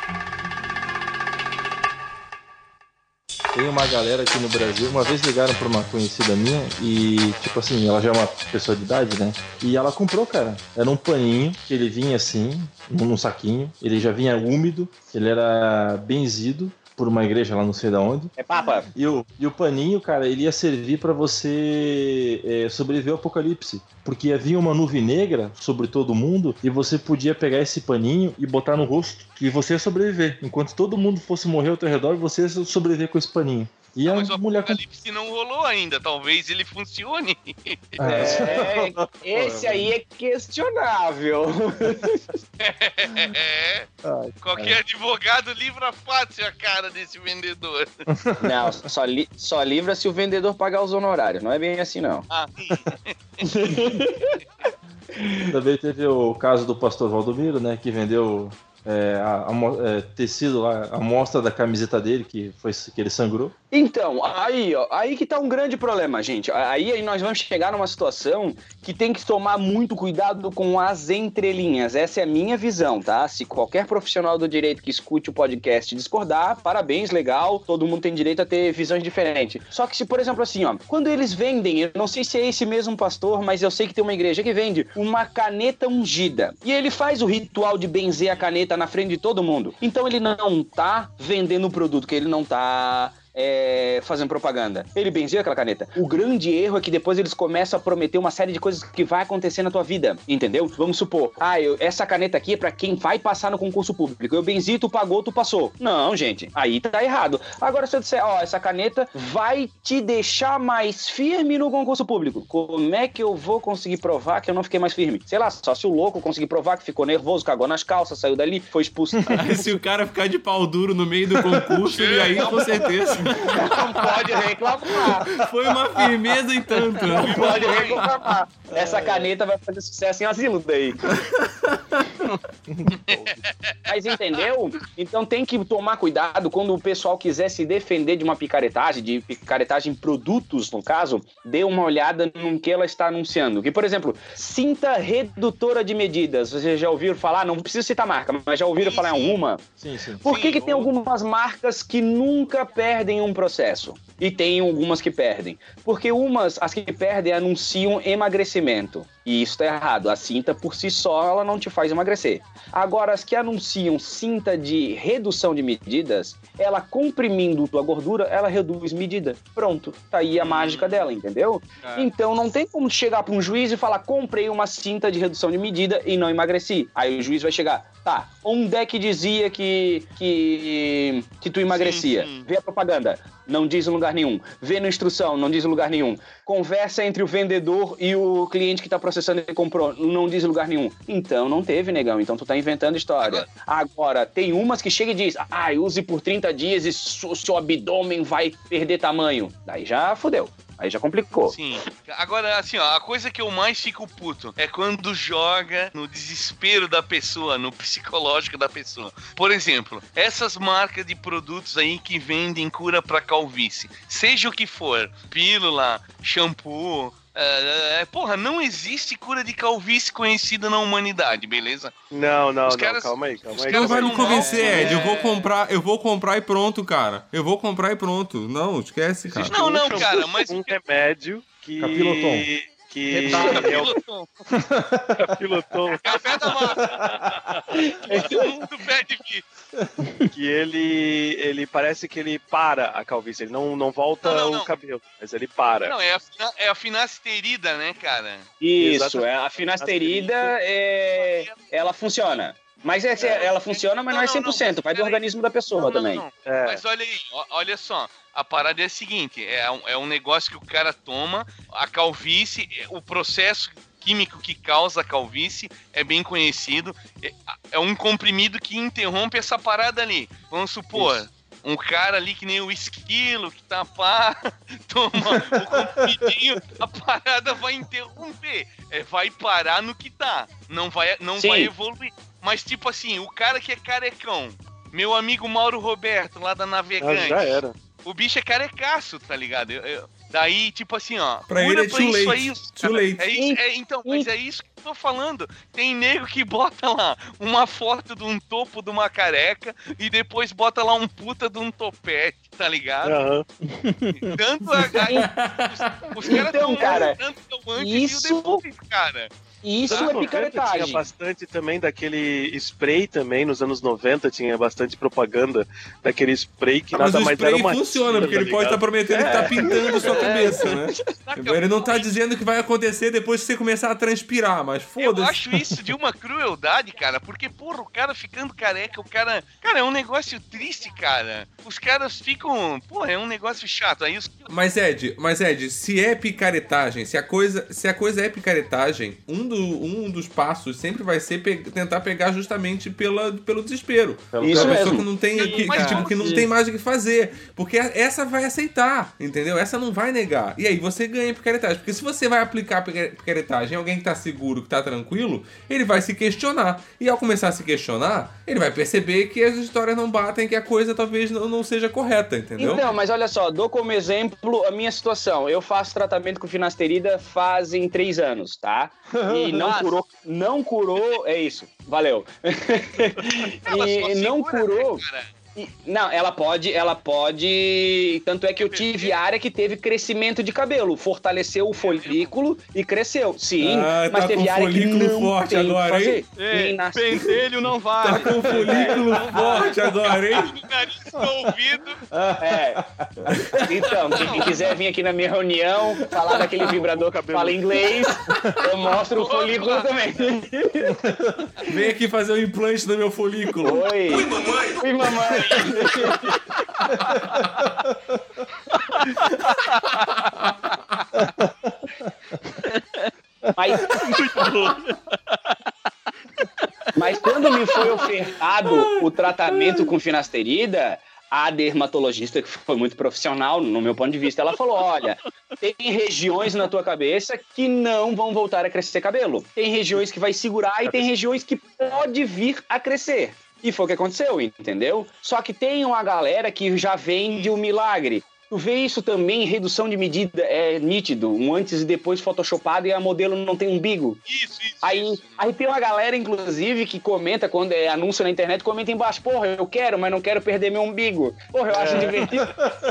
Tem uma galera aqui no Brasil, uma vez ligaram pra uma conhecida minha e, tipo assim, ela já é uma pessoa de idade, né? E ela comprou, cara. Era um paninho que ele vinha assim, num saquinho. Ele já vinha úmido, ele era benzido por uma igreja lá não sei da onde. É papa. E o paninho, cara, ele ia servir pra você sobreviver ao apocalipse. Porque havia uma nuvem negra sobre todo mundo e você podia pegar esse paninho e botar no rosto e você ia sobreviver. Enquanto todo mundo fosse morrer ao teu redor, você ia sobreviver com esse paninho. E mas a o mulher Apocalipse não rolou ainda, talvez ele funcione. Esse aí é questionável. Qualquer advogado livra fácil a cara desse vendedor. Não, só livra se o vendedor pagar os honorários. Não é bem assim, não. Também teve o caso do pastor Valdomiro, né, que vendeu tecido lá, a amostra da camiseta dele, que ele sangrou. Então, aí que tá um grande problema, gente. Aí nós vamos chegar numa situação que tem que tomar muito cuidado com as entrelinhas. Essa é a minha visão, tá? Se qualquer profissional do direito que escute o podcast discordar, parabéns, legal, todo mundo tem direito a ter visões diferentes. Só que se, por exemplo, assim, quando eles vendem, eu não sei se é esse mesmo pastor, mas eu sei que tem uma igreja que vende uma caneta ungida. E ele faz o ritual de benzer a caneta na frente de todo mundo. Então ele não tá vendendo o produto, que ele não tá fazendo propaganda. Ele benzeu aquela caneta. O grande erro é que depois eles começam a prometer uma série de coisas que vai acontecer na tua vida, entendeu? Vamos supor, essa caneta aqui é pra quem vai passar no concurso público. Eu benzi, tu pagou, tu passou. Não, gente, aí tá errado. Agora se eu disser, essa caneta vai te deixar mais firme no concurso público. Como é que eu vou conseguir provar que eu não fiquei mais firme? Sei lá, só se o louco conseguir provar que ficou nervoso, cagou nas calças, saiu dali, foi expulso. Se o cara ficar de pau duro no meio do concurso, e aí com certeza... Não pode reclamar. Foi uma firmeza em tanto. Não pode reclamar. Essa caneta vai fazer sucesso em asilo daí. Mas entendeu? Então tem que tomar cuidado quando o pessoal quiser se defender de uma picaretagem, em produtos, no caso, dê uma olhada no que ela está anunciando. Que, por exemplo, cinta redutora de medidas. Vocês já ouviram falar? Não precisa citar marca, mas já ouviram falar em alguma? Sim. Por que tem algumas marcas que nunca perdem um processo? E tem algumas que perdem. Porque as que perdem anunciam emagrecimento. E isso tá errado. A cinta, por si só, ela não te faz emagrecer. Agora, as que anunciam cinta de redução de medidas, ela comprimindo tua gordura, ela reduz medida. Pronto. Tá aí a mágica dela, entendeu? Então, não tem como chegar para um juiz e falar, comprei uma cinta de redução de medida e não emagreci. Aí o juiz vai chegar, tá, onde é que dizia que tu emagrecia? Sim. Vê a propaganda. Não diz em lugar nenhum. Vê na instrução, não diz em lugar nenhum. Conversa entre o vendedor e o cliente que está processando e comprou, não diz em lugar nenhum. Então não teve, negão. Então tu tá inventando história. Agora, tem umas que chega e diz, use por 30 dias e seu abdômen vai perder tamanho. Daí já fodeu. Aí já complicou. Sim. Agora, assim, a coisa que eu mais fico puto é quando joga no desespero da pessoa, no psicológico da pessoa. Por exemplo, essas marcas de produtos aí que vendem cura pra calvície, seja o que for, pílula, shampoo... não existe cura de calvície conhecida na humanidade, beleza? Não, calma aí. Não vai me convencer, Ed. Eu vou comprar e pronto, cara. Eu vou comprar e pronto. Não, esquece, cara. Não, cara, mas... Um remédio que... Capiloton. Capiloton. Café da massa. Todo mundo pede isso. Que ele parece que ele para a calvície, ele não volta o cabelo, mas ele para. Não, é a finasterida, né, cara? Isso, a finasterida, ela funciona. Mas ela funciona, mas não é 100%, vai do organismo da pessoa também. Mas olha aí, olha só. A parada é a seguinte, é um negócio que o cara toma, a calvície, o processo químico que causa a calvície é bem conhecido, é um comprimido que interrompe essa parada ali. Vamos supor... Isso. Um cara ali que nem o esquilo, que tá toma o comprimidinho, a parada vai interromper. Vai parar no que tá. Não vai evoluir. Mas tipo assim, o cara que é carecão, meu amigo Mauro Roberto, lá da Navegante. Já era. O bicho é carecaço, tá ligado? Daí, tipo assim, ó. Pra ele é too late. Mas é isso que eu tô falando. Tem nego que bota lá uma foto de um topo de uma careca e depois bota lá um puta de um topete, tá ligado? Uhum. Tanto os caras então, cara, tanto antes e o depois, cara. Isso é picaretagem. Tinha bastante também daquele spray também, nos anos 90 tinha bastante propaganda daquele spray que nada mais era uma... Mas o spray funciona, porque ele pode estar prometendo que tá pintando sua cabeça, né? Ele não tá dizendo que vai acontecer depois que você começar a transpirar, mas foda-se. Eu acho isso de uma crueldade, cara, porque, porra, o cara ficando careca, Cara, é um negócio triste, cara. os caras ficam... Pô, é um negócio chato. Aí os... Mas Ed, se é picaretagem, se a coisa é picaretagem, um dos passos sempre vai ser tentar pegar justamente pelo desespero. Isso a pessoa mesmo. que não tem, que não tem mais o que fazer. Porque essa vai aceitar, entendeu? Essa não vai negar. E aí você ganha picaretagem. Porque se você vai aplicar picaretagem em alguém que tá seguro, que tá tranquilo, ele vai se questionar. E ao começar a se questionar, ele vai perceber que as histórias não batem, que a coisa talvez não seja correta, entendeu? Então, mas olha só, dou como exemplo a minha situação. Eu faço tratamento com finasterida fazem 3 anos, tá? E não curou, é isso, valeu. E não curou... Não, ela pode. Tanto é que eu tive área que teve crescimento de cabelo. Fortaleceu o folículo e cresceu. Sim, mas tá teve área que não forte tem agora, fazer. Ei, pentelho não vale. Tá com o folículo forte agora, hein? Nariz no ouvido. Então, quem quiser vir aqui na minha reunião, falar daquele vibrador que fala inglês, eu mostro o folículo também. Vem aqui fazer um implante no meu folículo. Oi. Oi, mamãe. Mas quando me foi ofertado o tratamento com finasterida, a dermatologista, que foi muito profissional, no meu ponto de vista, ela falou, olha, tem regiões na tua cabeça que não vão voltar a crescer cabelo. Tem regiões que vai segurar e tem regiões que pode vir a crescer. E foi o que aconteceu, entendeu? Só que tem uma galera que já vende o milagre. Tu vê isso também em redução de medida, é nítido, um antes e depois photoshopado e a modelo não tem umbigo. Isso. Aí tem uma galera, inclusive, que comenta, quando é anúncio na internet, comenta embaixo, porra, eu quero, mas não quero perder meu umbigo. Porra, eu acho divertido.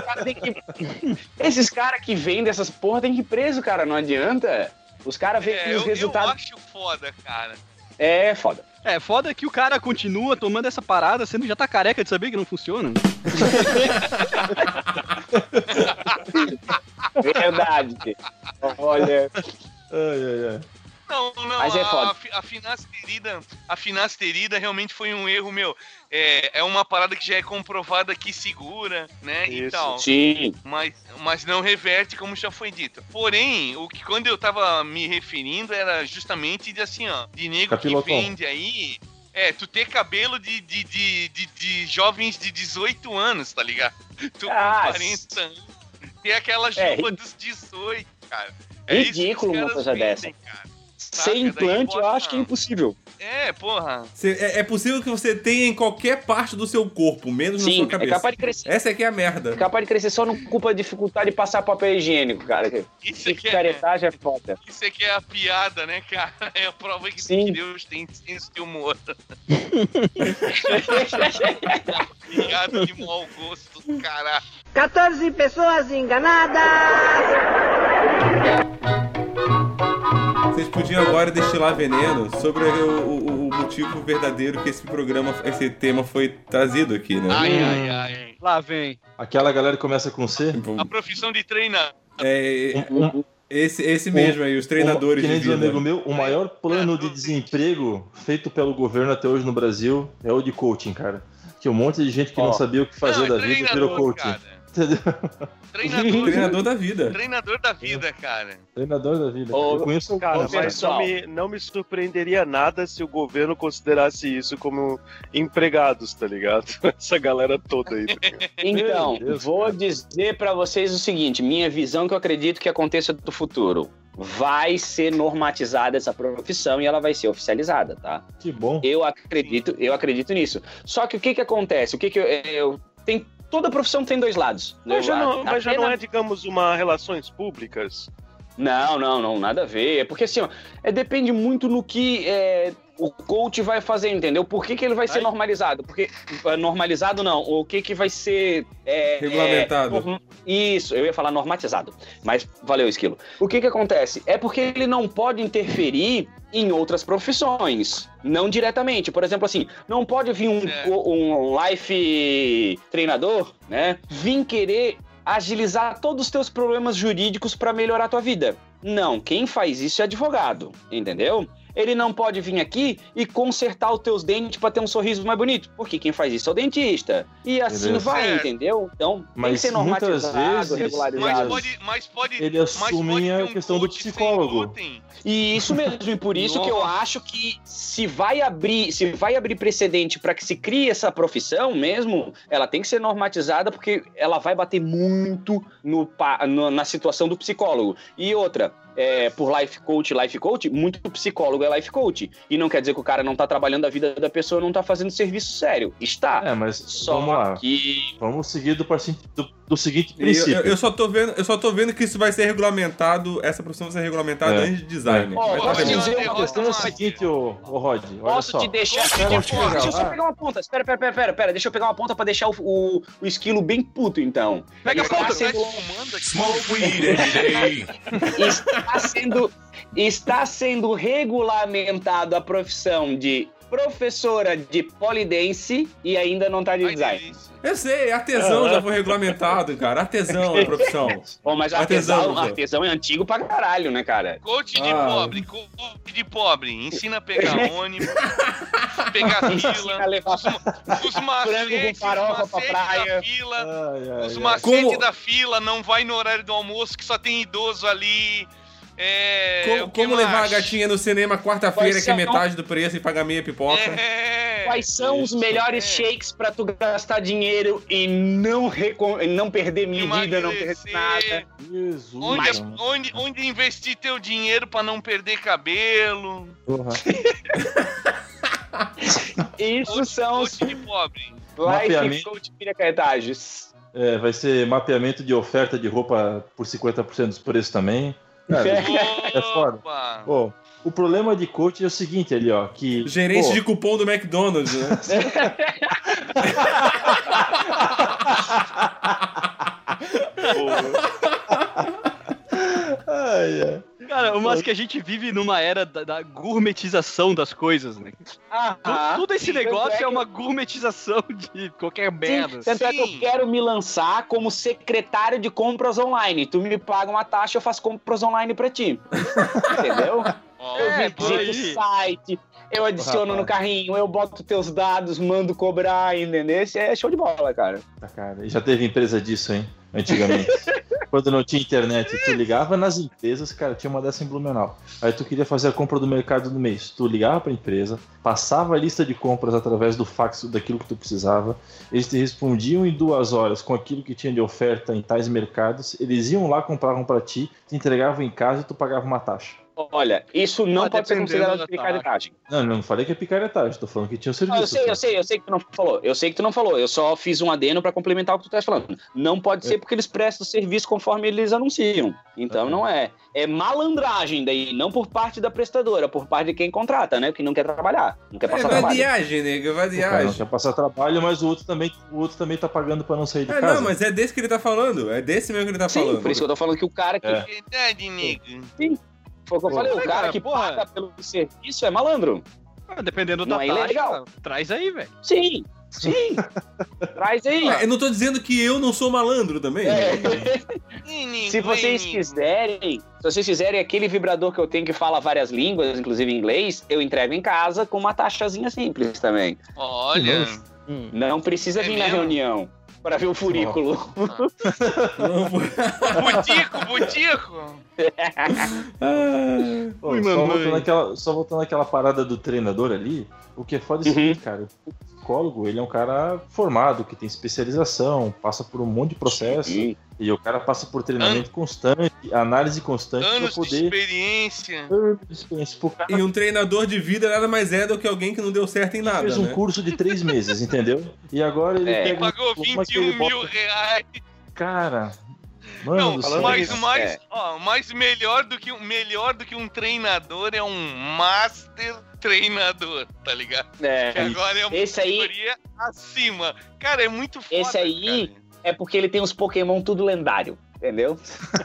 Esses caras que vendem essas porra tem que ir preso, cara, não adianta. Os caras veem os resultados... Eu acho foda, cara. É foda. É, foda que o cara continua tomando essa parada, sendo que já tá careca de saber que não funciona. Verdade. Olha... Ai. Não, mas é foda. A finasterida realmente foi um erro meu. É uma parada que já é comprovada que segura, né? Isso. E tal. Sim. Mas não reverte, como já foi dito. Porém, o que quando eu tava me referindo era justamente de assim, ó, de nego Capilotão. que vende aí. Tu ter cabelo de jovens de 18 anos, tá ligado? Tu com 40 anos. Ter aquela juba dos 18, cara. Ridículo uma coisa dessa. Cara. Sem implante, eu acho que é impossível. Porra. É possível que você tenha em qualquer parte do seu corpo, menos na sua cabeça. É capaz de crescer. Essa aqui é a merda. É capaz de crescer só no culpa de dificuldade de passar papel higiênico, cara. Picaretagem é foda. Isso aqui é a piada, né, cara? É a prova que Deus tem senso de humor. Piada de mau gosto, caralho. 14 pessoas enganadas! Vocês podiam agora destilar veneno sobre o motivo verdadeiro que esse tema foi trazido aqui, né? Ai. Lá vem. Aquela galera que começa com C? A profissão de treinar. Esse mesmo aí, os treinadores que nem de vida. diz um amigo meu, o maior plano de desemprego feito pelo governo até hoje no Brasil é o de coaching, cara. Que um monte de gente que não sabia o que fazer da vida virou coaching. Cara. Entendeu? Treinador da vida. Treinador da vida, cara. Treinador da vida. Eu conheço Cara, mas não me surpreenderia nada se o governo considerasse isso como empregados, tá ligado? Essa galera toda aí. Então, vou dizer pra vocês o seguinte, minha visão que eu acredito que aconteça do futuro. Vai ser normatizada essa profissão e ela vai ser oficializada, tá? Que bom. Eu acredito nisso. Só que o que acontece? Toda profissão tem dois lados. Mas já não é, digamos, relações públicas? Não, nada a ver. É porque assim, ó, depende muito no que o coach vai fazer, entendeu? Por que ele vai ser normalizado? Porque normalizado não, o que vai ser regulamentado. Isso, eu ia falar normatizado, mas valeu, Esquilo. O que acontece? É porque ele não pode interferir em outras profissões, não diretamente. Por exemplo, assim, não pode vir um life treinador, né? Vir querer agilizar todos os teus problemas jurídicos para melhorar a tua vida. Não, quem faz isso é advogado, entendeu? ele não pode vir aqui e consertar os teus dentes pra ter um sorriso mais bonito, porque quem faz isso é o dentista. E assim vai, entendeu? Então, tem que ser normatizado, regularizado. Mas pode ele assume a questão do psicólogo. E isso mesmo, e por isso que eu acho que se vai abrir precedente para que se crie essa profissão mesmo, ela tem que ser normatizada, porque ela vai bater muito na situação do psicólogo. E outra, por life coach, muito psicólogo é life coach. E não quer dizer que o cara não tá trabalhando a vida da pessoa, não tá fazendo serviço sério. Está. Mas só vamos lá. Vamos seguir do seguinte princípio. Eu só tô vendo que isso vai ser regulamentado, essa profissão vai ser regulamentada antes de design. Posso dizer uma questão é o seguinte, Rod, olha só. Posso te deixar... Deixa eu só pegar uma ponta. Espera. Deixa eu pegar uma ponta pra deixar o esquilo bem puto, então. Pega a ponta, Smoke weed every day. Está sendo regulamentado a profissão de professora de polidense e ainda não tá de design. Eu sei, artesão já foi regulamentado, cara. Artesão é a profissão. Mas artesão é antigo pra caralho, né, cara? Coach de pobre. Ensina a pegar ônibus, pegar fila, os macetes da fila, os macetes da fila, não vai no horário do almoço que só tem idoso ali. Como levar a gatinha no cinema quarta-feira, que é metade do preço, e pagar meia pipoca? Quais são os melhores shakes pra tu gastar dinheiro e não perder medida, não perder nada? Jesus. Onde investir teu dinheiro pra não perder cabelo? Isso são os de pobre. Life Coach Piracaetages. Vai ser mapeamento de oferta de roupa por 50% dos preços também. Cara, é foda. O problema de coach é o seguinte ali, ó, que... Gerente de cupom do McDonald's, né? Cara, mas que a gente vive numa era da gourmetização das coisas, né? Tudo esse negócio é uma gourmetização de qualquer merda. Tanto é que eu quero me lançar como secretário de compras online. Tu me paga uma taxa, eu faço compras online pra ti. Entendeu? Eu visito o site, eu adiciono no carrinho, eu boto teus dados, mando cobrar, entendeu? Esse é show de bola, cara. E já teve empresa disso, hein? Antigamente. Quando não tinha internet, tu ligava nas empresas, cara, tinha uma dessa em Blumenau. Aí tu queria fazer a compra do mercado do mês. Tu ligava pra empresa, passava a lista de compras através do fax daquilo que tu precisava. Eles te respondiam em 2 horas com aquilo que tinha de oferta em tais mercados. Eles iam lá, compravam pra ti, te entregavam em casa e tu pagava uma taxa. Olha, isso não pode ser considerado picaretagem. Não falei que é picaretagem, tô falando que tinha o serviço. Eu sei que tu não falou. Eu só fiz um adeno pra complementar o que tu tá falando. Não pode ser porque eles prestam serviço conforme eles anunciam. Então não é. É malandragem daí, não por parte da prestadora, por parte de quem contrata, né? Que não quer trabalhar, não quer passar trabalho. Vadiagem, nego, vadiagem. Não quer passar trabalho, mas o outro também tá pagando pra não sair de casa. Não, mas é desse que ele tá falando. É desse mesmo que ele tá falando. Por isso que eu tô falando que o cara que... Verdade, nego. Sim. Foi o que eu falei, o cara que paga pelo serviço é malandro. Dependendo da taxa, ilegal. Traz aí, velho. Sim. Traz aí. Eu não tô dizendo que eu não sou malandro também. Se vocês fizerem aquele vibrador que eu tenho que fala várias línguas, inclusive inglês, eu entrego em casa com uma taxazinha simples também. Olha. Não precisa vir na reunião para ver o furículo. Butico. Só voltando àquela parada do treinador ali, o que é foda é o seguinte, cara, o psicólogo, ele é um cara formado, que tem especialização, passa por um monte de processo, e o cara passa por treinamento constante, análise constante para poder... Anos de experiência. E um treinador de vida nada mais é do que alguém que não deu certo em nada, fez um curso de 3 meses, entendeu? E agora ele pagou 21 mil reais. Cara... Mano, não, mas melhor do que um treinador é um master treinador, tá ligado? Que agora é uma categoria acima. Cara, é muito foda. Esse aí é porque ele tem os Pokémon tudo lendário, entendeu?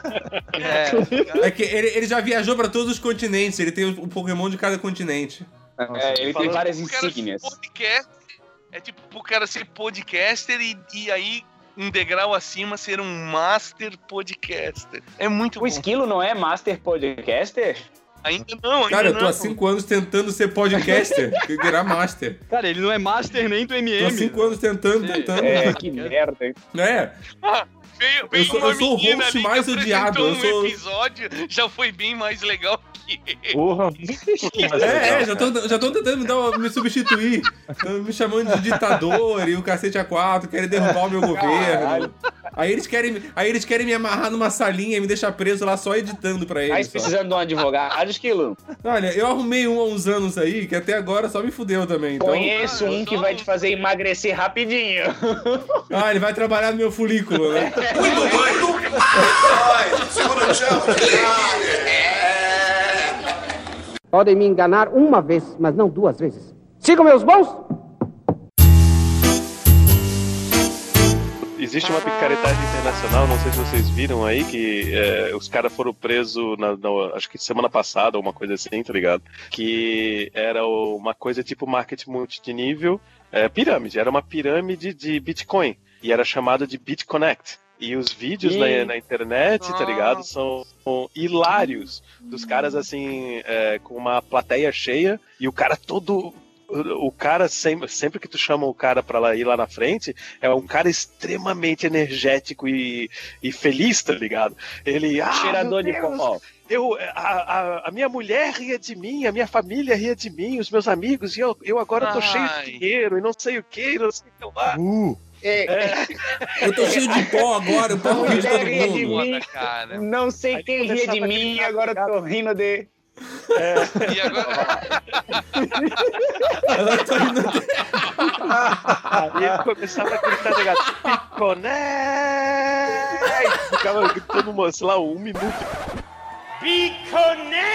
É que ele já viajou pra todos os continentes, ele tem o Pokémon de cada continente. Ele tem várias insígnias. É tipo pro cara ser podcaster e aí um degrau acima ser um master podcaster. É muito bom. O Esquilo não é master podcaster? Ainda não. Cara, eu tô há 5 anos tentando ser podcaster, virar master. Cara, ele não é master nem do MM. Tô há 5 anos tentando. Que merda, hein? Veio eu sou o host mais odiado. Eu sou... um episódio, já foi bem mais legal que ele. Porra. Já tô tentando me substituir. Tão me chamando de ditador e o cacete A4, querem derrubar o meu governo. Aí eles querem me amarrar numa salinha e me deixar preso lá só editando pra eles. Mas precisando de um advogado, Esquilo. Olha, eu arrumei um há uns anos aí, que até agora só me fudeu também. Então... Conheço um que vai te fazer emagrecer rapidinho. Ele vai trabalhar no meu folículo, né? Muito doido! Ai, segura o chão! Podem me enganar uma vez, mas não 2 vezes. Sigam meus bons! Existe uma picaretagem internacional, não sei se vocês viram aí, que os caras foram presos, acho que semana passada, ou uma coisa assim, tá ligado? Que era uma coisa tipo marketing multinível, pirâmide, era uma pirâmide de Bitcoin, e era chamado de BitConnect. E os vídeos na internet, tá ligado? São hilários, dos caras assim, com uma plateia cheia, e o cara todo... O cara, sempre que tu chama o cara pra ir lá na frente, é um cara extremamente energético e feliz, tá ligado? Ele... Cheirador de pó. A minha mulher ria de mim, a minha família ria de mim, os meus amigos, e eu agora tô cheio de dinheiro, e não sei o que lá. Eu tô cheio de pó agora, eu posso rir de todo mundo. Não sei quem ria de mim, agora eu tô rindo de... E agora? Eu tô rindo de... E ele começava a gritar, negado, Piconé! Ficava gritando, sei lá, 1 minuto. Piconé!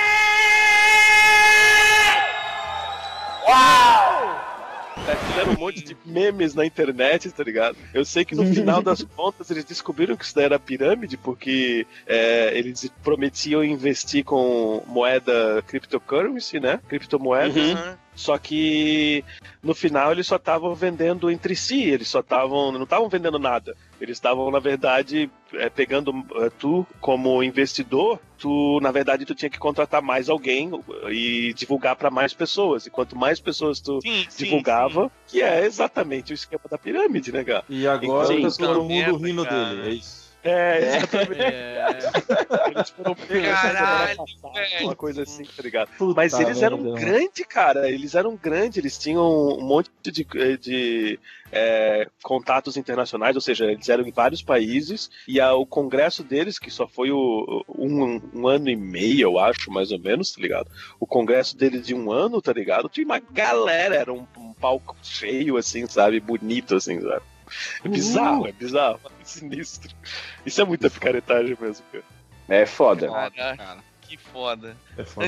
Uau! Fizeram um monte de memes na internet, tá ligado? Eu sei que no final das contas eles descobriram que isso daí era pirâmide, porque eles prometiam investir com moeda cryptocurrency, né? Criptomoedas. Só que no final eles só estavam vendendo entre si, eles não estavam vendendo nada. Eles estavam, na verdade, pegando tu como investidor, na verdade, tu tinha que contratar mais alguém e divulgar para mais pessoas. E quanto mais pessoas tu divulgava, que é exatamente o esquema da pirâmide, né, cara? E agora tá todo mundo rindo dele, é isso. Exatamente. Eles foram pegos semana passada, uma coisa assim, tá ligado? Mas eles eram grandes, cara. Eles eram grandes, eles tinham um monte de contatos internacionais, ou seja, eles eram em vários países, e o congresso deles, que só foi um ano e meio, eu acho, mais ou menos, tá ligado? O congresso deles de 1 ano, tá ligado? Tinha uma galera, era um palco cheio, assim, sabe? Bonito, assim, sabe? É bizarro, é sinistro. Isso é muita picaretagem mesmo, cara. É foda. Caraca, que foda. É foda,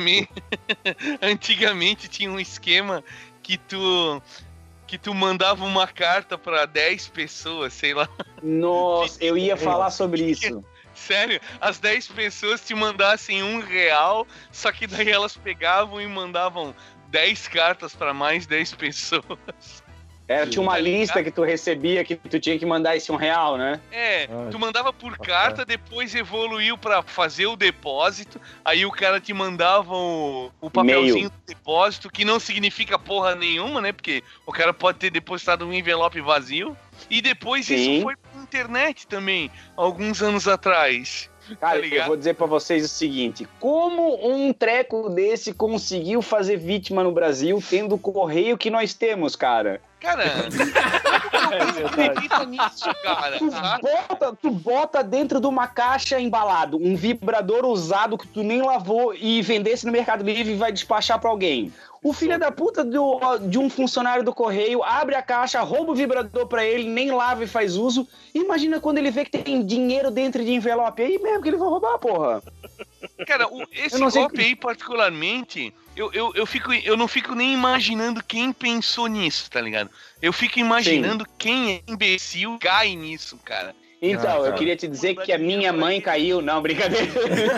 Antigamente tinha um esquema que tu mandava uma carta pra 10 pessoas, sei lá. Nossa, eu ia falar sobre isso. Sério, as 10 pessoas te mandassem R$1, só que daí elas pegavam e mandavam 10 cartas pra mais 10 pessoas. Tinha uma lista que tu recebia que tu tinha que mandar esse R$1, né? Tu mandava por carta, depois evoluiu pra fazer o depósito, aí o cara te mandava o papelzinho do depósito, que não significa porra nenhuma, né? Porque o cara pode ter depositado um envelope vazio. E depois isso foi pra internet também, alguns anos atrás. Cara, eu vou dizer pra vocês o seguinte: como um treco desse conseguiu fazer vítima no Brasil tendo o correio que nós temos, cara? Cara, tu bota dentro de uma caixa embalado um vibrador usado que tu nem lavou e vendesse no Mercado Livre e vai despachar pra alguém. O filho da puta de um funcionário do correio abre a caixa, rouba o vibrador pra ele, nem lava e faz uso. Imagina quando ele vê que tem dinheiro dentro de envelope. Aí mesmo que ele vai roubar, porra. Cara, esse golpe aí particularmente, eu não fico nem imaginando quem pensou nisso, tá ligado? Eu fico imaginando quem é imbecil cai nisso, cara. Então, eu queria te dizer que a minha mãe caiu. Não, brincadeira.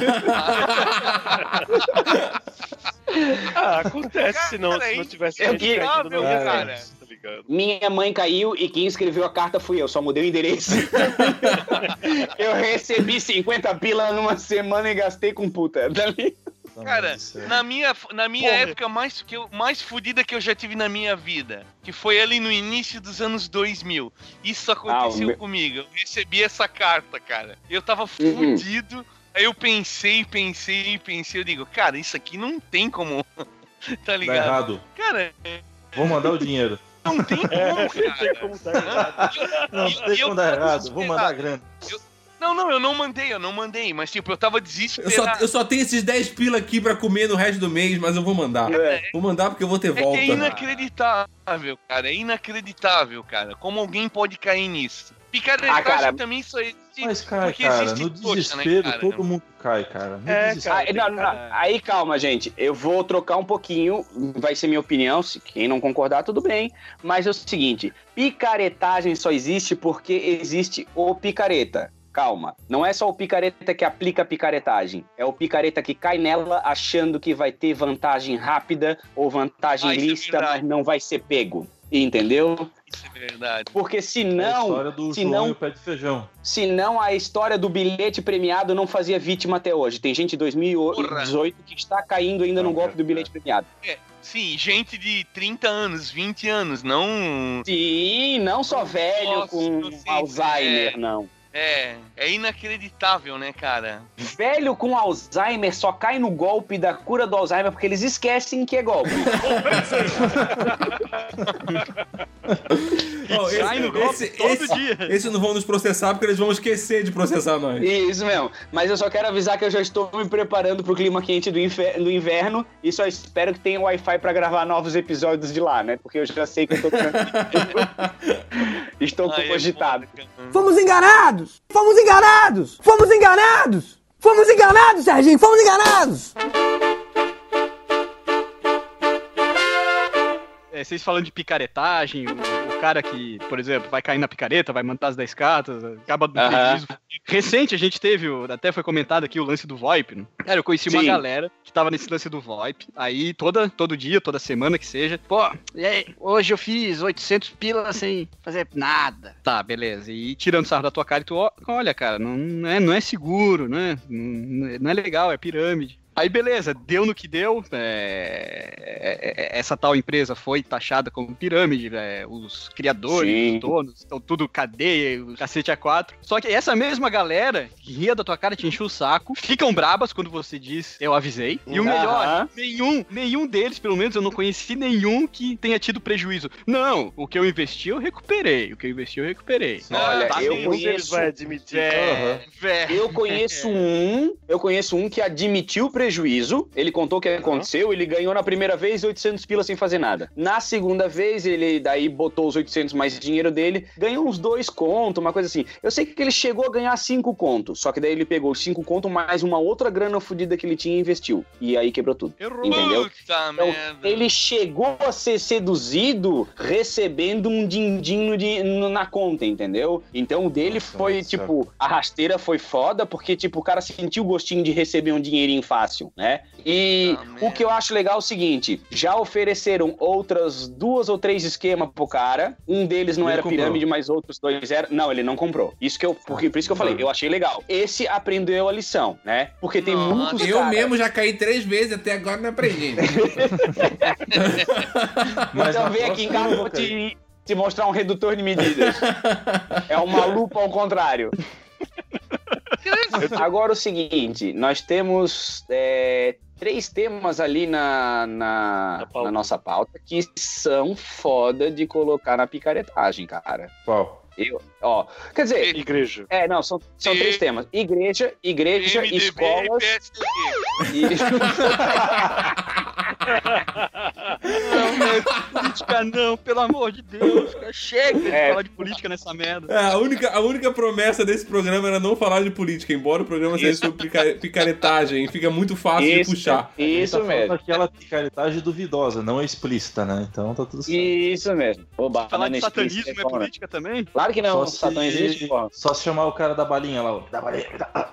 Acontece se não tivesse caído, não ia cair, tá ligado? Minha mãe caiu e quem escreveu a carta fui eu, só mudei o endereço. Eu recebi 50 pila numa semana e gastei com puta. Cara, na minha época mais fodida que eu já tive na minha vida, que foi ali no início dos anos 2000. Isso aconteceu comigo. Eu recebi essa carta, cara. Eu tava fudido. Aí eu pensei. Eu digo, cara, isso aqui não tem como. Tá ligado? Dá errado. Cara, vou mandar o dinheiro. Não tem como, cara. Não tem como dar errado. Vou mandar a grana. Não, eu não mandei, mas tipo, eu tava desesperado. Eu só tenho esses 10 pila aqui pra comer no resto do mês, mas eu vou mandar. Vou mandar porque eu vou ter volta. É inacreditável, cara. Como alguém pode cair nisso? Picaretagem também só existe. Mas cai, cara, no desespero, né, todo mundo cai, cara. Aí, calma, gente. Eu vou trocar um pouquinho, vai ser minha opinião. Se quem não concordar, tudo bem. Mas é o seguinte, picaretagem só existe porque existe o picareta. Calma, não é só o picareta que aplica a picaretagem, é o picareta que cai nela achando que vai ter vantagem rápida ou vantagem lícita, mas não vai ser pego, entendeu? Isso é verdade. Porque senão... É a história do João e o pé de feijão. Senão a história do bilhete premiado não fazia vítima até hoje. Tem gente em 2018 que está caindo ainda no golpe do bilhete premiado. Sim, gente de 30 anos, 20 anos, não... Sim, não só velho com Alzheimer, não. É inacreditável, né, cara? Velho com Alzheimer só cai no golpe da cura do Alzheimer porque eles esquecem que é golpe. Cai no golpe todo dia. Esse não vão nos processar porque eles vão esquecer de processar nós. Isso mesmo. Mas eu só quero avisar que eu já estou me preparando pro clima quente do inverno e só espero que tenha Wi-Fi pra gravar novos episódios de lá, né? Porque eu já sei que eu tô... Estou cogitado. Fomos enganados! Fomos enganados! Fomos enganados! Fomos enganados, Serginho! Fomos enganados! Vocês falando de picaretagem, o cara que, por exemplo, vai cair na picareta, vai mandar as 10 cartas, acaba do prejuízo. Recente a gente teve, até foi comentado aqui, o lance do VoIP. Né? Cara, eu conheci uma galera que tava nesse lance do VoIP, aí todo dia, toda semana que seja, pô, e aí, hoje eu fiz 800 pila sem fazer nada. Tá, beleza, e tirando sarro da tua cara, e tu olha, cara, não é seguro, né? Não é legal, é pirâmide. Aí beleza, deu no que deu, essa tal empresa foi taxada como pirâmide, os criadores, os donos, estão tudo cadeia, o cacete A4. Só que essa mesma galera que ria da tua cara, te encheu o saco, ficam brabas quando você diz, eu avisei. E o melhor, nenhum deles, pelo menos eu não conheci nenhum que tenha tido prejuízo. Não, o que eu investi eu recuperei, Olha, tá, eu conheço... vai admitir. Eu conheço um que admitiu o prejuízo, ele contou o que aconteceu, ele ganhou na primeira vez 800 pila sem fazer nada. Na segunda vez, ele daí botou os 800 mais dinheiro dele, ganhou uns 2 contos, uma coisa assim. Eu sei que ele chegou a ganhar 5 contos, só que daí ele pegou os 5 contos mais uma outra grana fodida que ele tinha e investiu. E aí quebrou tudo. Entendeu? Então, ele chegou a ser seduzido recebendo um din-din na conta, entendeu? Então o dele foi, tipo, a rasteira foi foda, porque, tipo, o cara sentiu o gostinho de receber um dinheirinho fácil. Né? E o que eu acho legal é o seguinte, já ofereceram outras 2 ou 3 esquemas pro cara, um deles não era pirâmide, mas outros 2 eram. Não, ele não comprou. Por isso que eu falei, eu achei legal. Esse aprendeu a lição, né? Porque tem muitos Eu mesmo já caí 3 vezes, até agora não aprendi. Então vem aqui em casa, eu vou te mostrar um redutor de medidas. É uma lupa ao contrário. Agora o seguinte, nós temos 3 temas ali na nossa pauta que são foda de colocar na picaretagem, cara. Qual? Quer dizer... Igreja. São 3 temas. Igreja, escolas... Política não, pelo amor de Deus. Chega de falar de política nessa merda. A única promessa desse programa era não falar de política, embora o programa seja sobre picaretagem. Fica muito fácil de puxar. Isso mesmo. Aquela picaretagem duvidosa, não é explícita, né? Então tá tudo certo. Isso mesmo. Falar de satanismo é política também? Claro que não. Satã existe, porra. Só se chamar o cara da balinha lá, da balinha.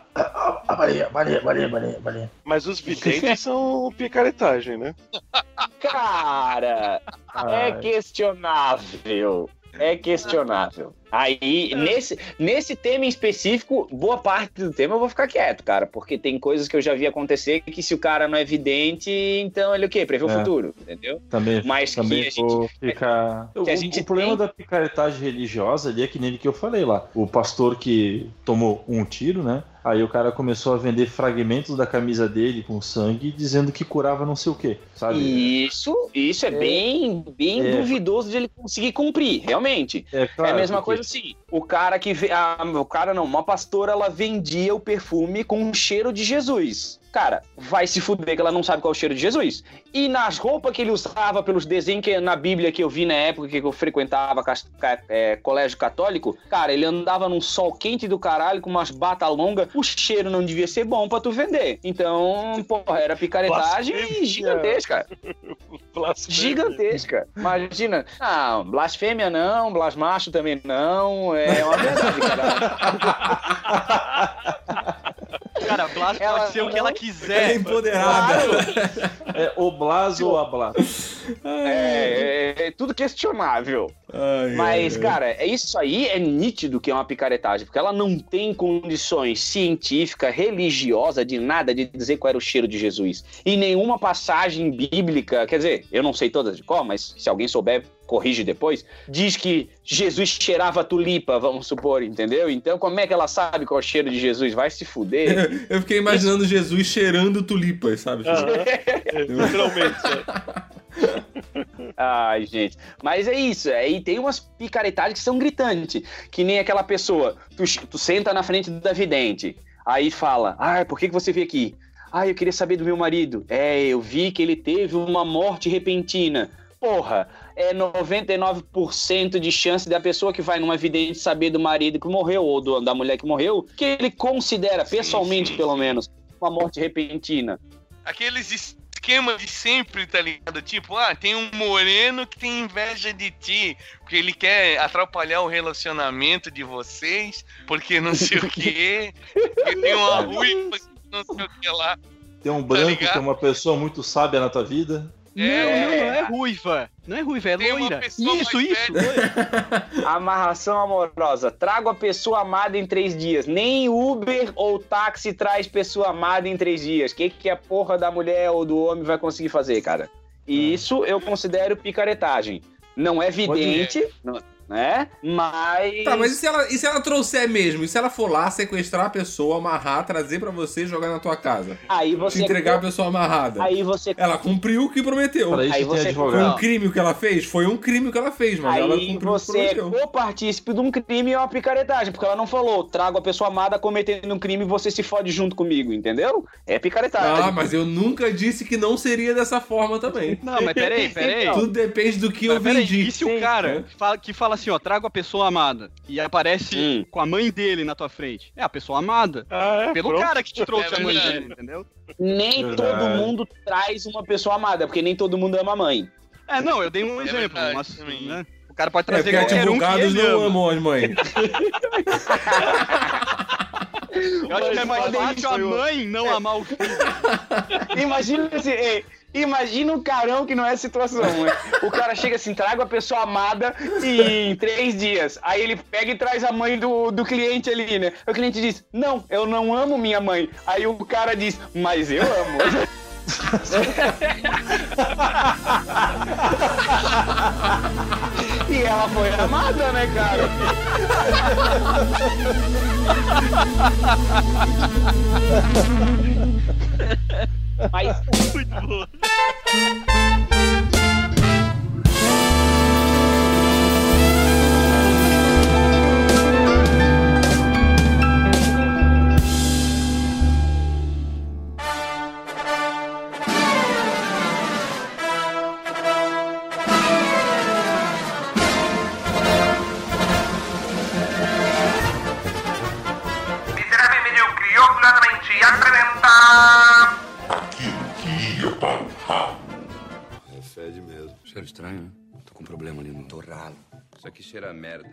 Balinha. Mas os videntes são picaretagem, né? Cara, é questionável. É questionável. Aí, nesse tema em específico, boa parte do tema eu vou ficar quieto, cara, porque tem coisas que eu já vi acontecer que se o cara não é vidente, então ele o quê? Prevê o futuro, entendeu? Também vou ficar... O problema da picaretagem religiosa ali é que nele que eu falei lá. O pastor que tomou um tiro, né? Aí o cara começou a vender fragmentos da camisa dele com sangue, dizendo que curava não sei o quê, sabe? Isso é bem duvidoso de ele conseguir cumprir, realmente. Claro, é a mesma coisa assim, uma pastora, ela vendia o perfume com o cheiro de Jesus. Cara, vai se fuder que ela não sabe qual é o cheiro de Jesus. E nas roupas que ele usava, pelos desenhos na Bíblia que eu vi na época que eu frequentava colégio católico, cara, ele andava num sol quente do caralho, com umas batas longas, o cheiro não devia ser bom pra tu vender. Então, porra, era picaretagem gigantesca. Gigantesca. Imagina. Não, blasfêmia não, blasmacho também não, é uma verdade, cara. Cara, Blas pode ser o que ela quiser. É empoderada. É o Blas ou a Blas. É tudo questionável. Mas, cara, isso aí é nítido que é uma picaretagem, porque ela não tem condições científicas, religiosas, de nada, de dizer qual era o cheiro de Jesus. E nenhuma passagem bíblica, quer dizer, eu não sei todas de cor, mas se alguém souber, corrige depois, diz que Jesus cheirava tulipa, vamos supor, entendeu? Então, como é que ela sabe qual é o cheiro de Jesus? Vai se fuder. Eu fiquei imaginando Jesus cheirando tulipas, sabe? Literalmente. Ai, gente. Mas é isso. Aí tem umas picaretagens que são gritantes. Que nem aquela pessoa. Tu senta na frente da vidente. Aí fala, por que você veio aqui? Eu queria saber do meu marido. Eu vi que ele teve uma morte repentina. Porra, é 99% de chance da pessoa que vai numa vidente saber do marido que morreu, ou da mulher que morreu, que ele considera, pessoalmente pelo menos, uma morte repentina. Aqueles esquemas de sempre, tá ligado? Tipo, tem um moreno que tem inveja de ti, porque ele quer atrapalhar o relacionamento de vocês, porque não sei o quê, porque tem uma ruiva que não sei o que lá. Tem um branco que é uma pessoa muito sábia na tua vida. Não é ruiva. Não é ruiva, é loira. Isso. Amarração amorosa. Trago a pessoa amada em 3 dias. Nem Uber ou táxi traz pessoa amada em 3 dias. O que a porra da mulher ou do homem vai conseguir fazer, cara? Isso eu considero picaretagem. Não é vidente, né? Mas... Tá, mas e se ela trouxer mesmo? E se ela for lá sequestrar a pessoa, amarrar, trazer pra você e jogar na tua casa? Aí você... Te entregar a pessoa amarrada. Aí você... Ela cumpriu o que prometeu. Para isso aí tem você... advogado. Foi um crime o que ela fez? Foi um crime o que ela fez, mas aí ela cumpriu o que prometeu. Você é co-partícipe de um crime e é uma picaretagem, porque ela não falou, trago a pessoa amada cometendo um crime e você se fode junto comigo, entendeu? É picaretagem. Mas eu nunca disse que não seria dessa forma também. Não, mas peraí. Tudo depende do que eu vendi. E se o cara que fala assim, trago a pessoa amada, e aparece com a mãe dele na tua frente? É a pessoa amada. Pelo cara que te trouxe a mãe dele, entendeu? Nem todo mundo traz uma pessoa amada, porque nem todo mundo ama a mãe. Eu dei um exemplo, mas, né? O cara pode trazer porque qualquer um que advogados ele não ama. amam as mães. Eu acho que é mais fácil a mãe não amar o filho. Imagina assim, imagina um carão que não é situação, né? O cara chega assim, traga a pessoa amada em 3 dias. Aí ele pega e traz a mãe do cliente ali, né? O cliente diz, não, eu não amo minha mãe. Aí o cara diz, mas eu amo. E ela foi amada, né, cara? Mas... Muito bom. Miserável medíocre, orgulhosamente apresenta... Aquilo que ia para o ralo. É fede mesmo. Cheiro estranho, né? Tô com um problema ali no torralo. Isso aqui cheira a merda.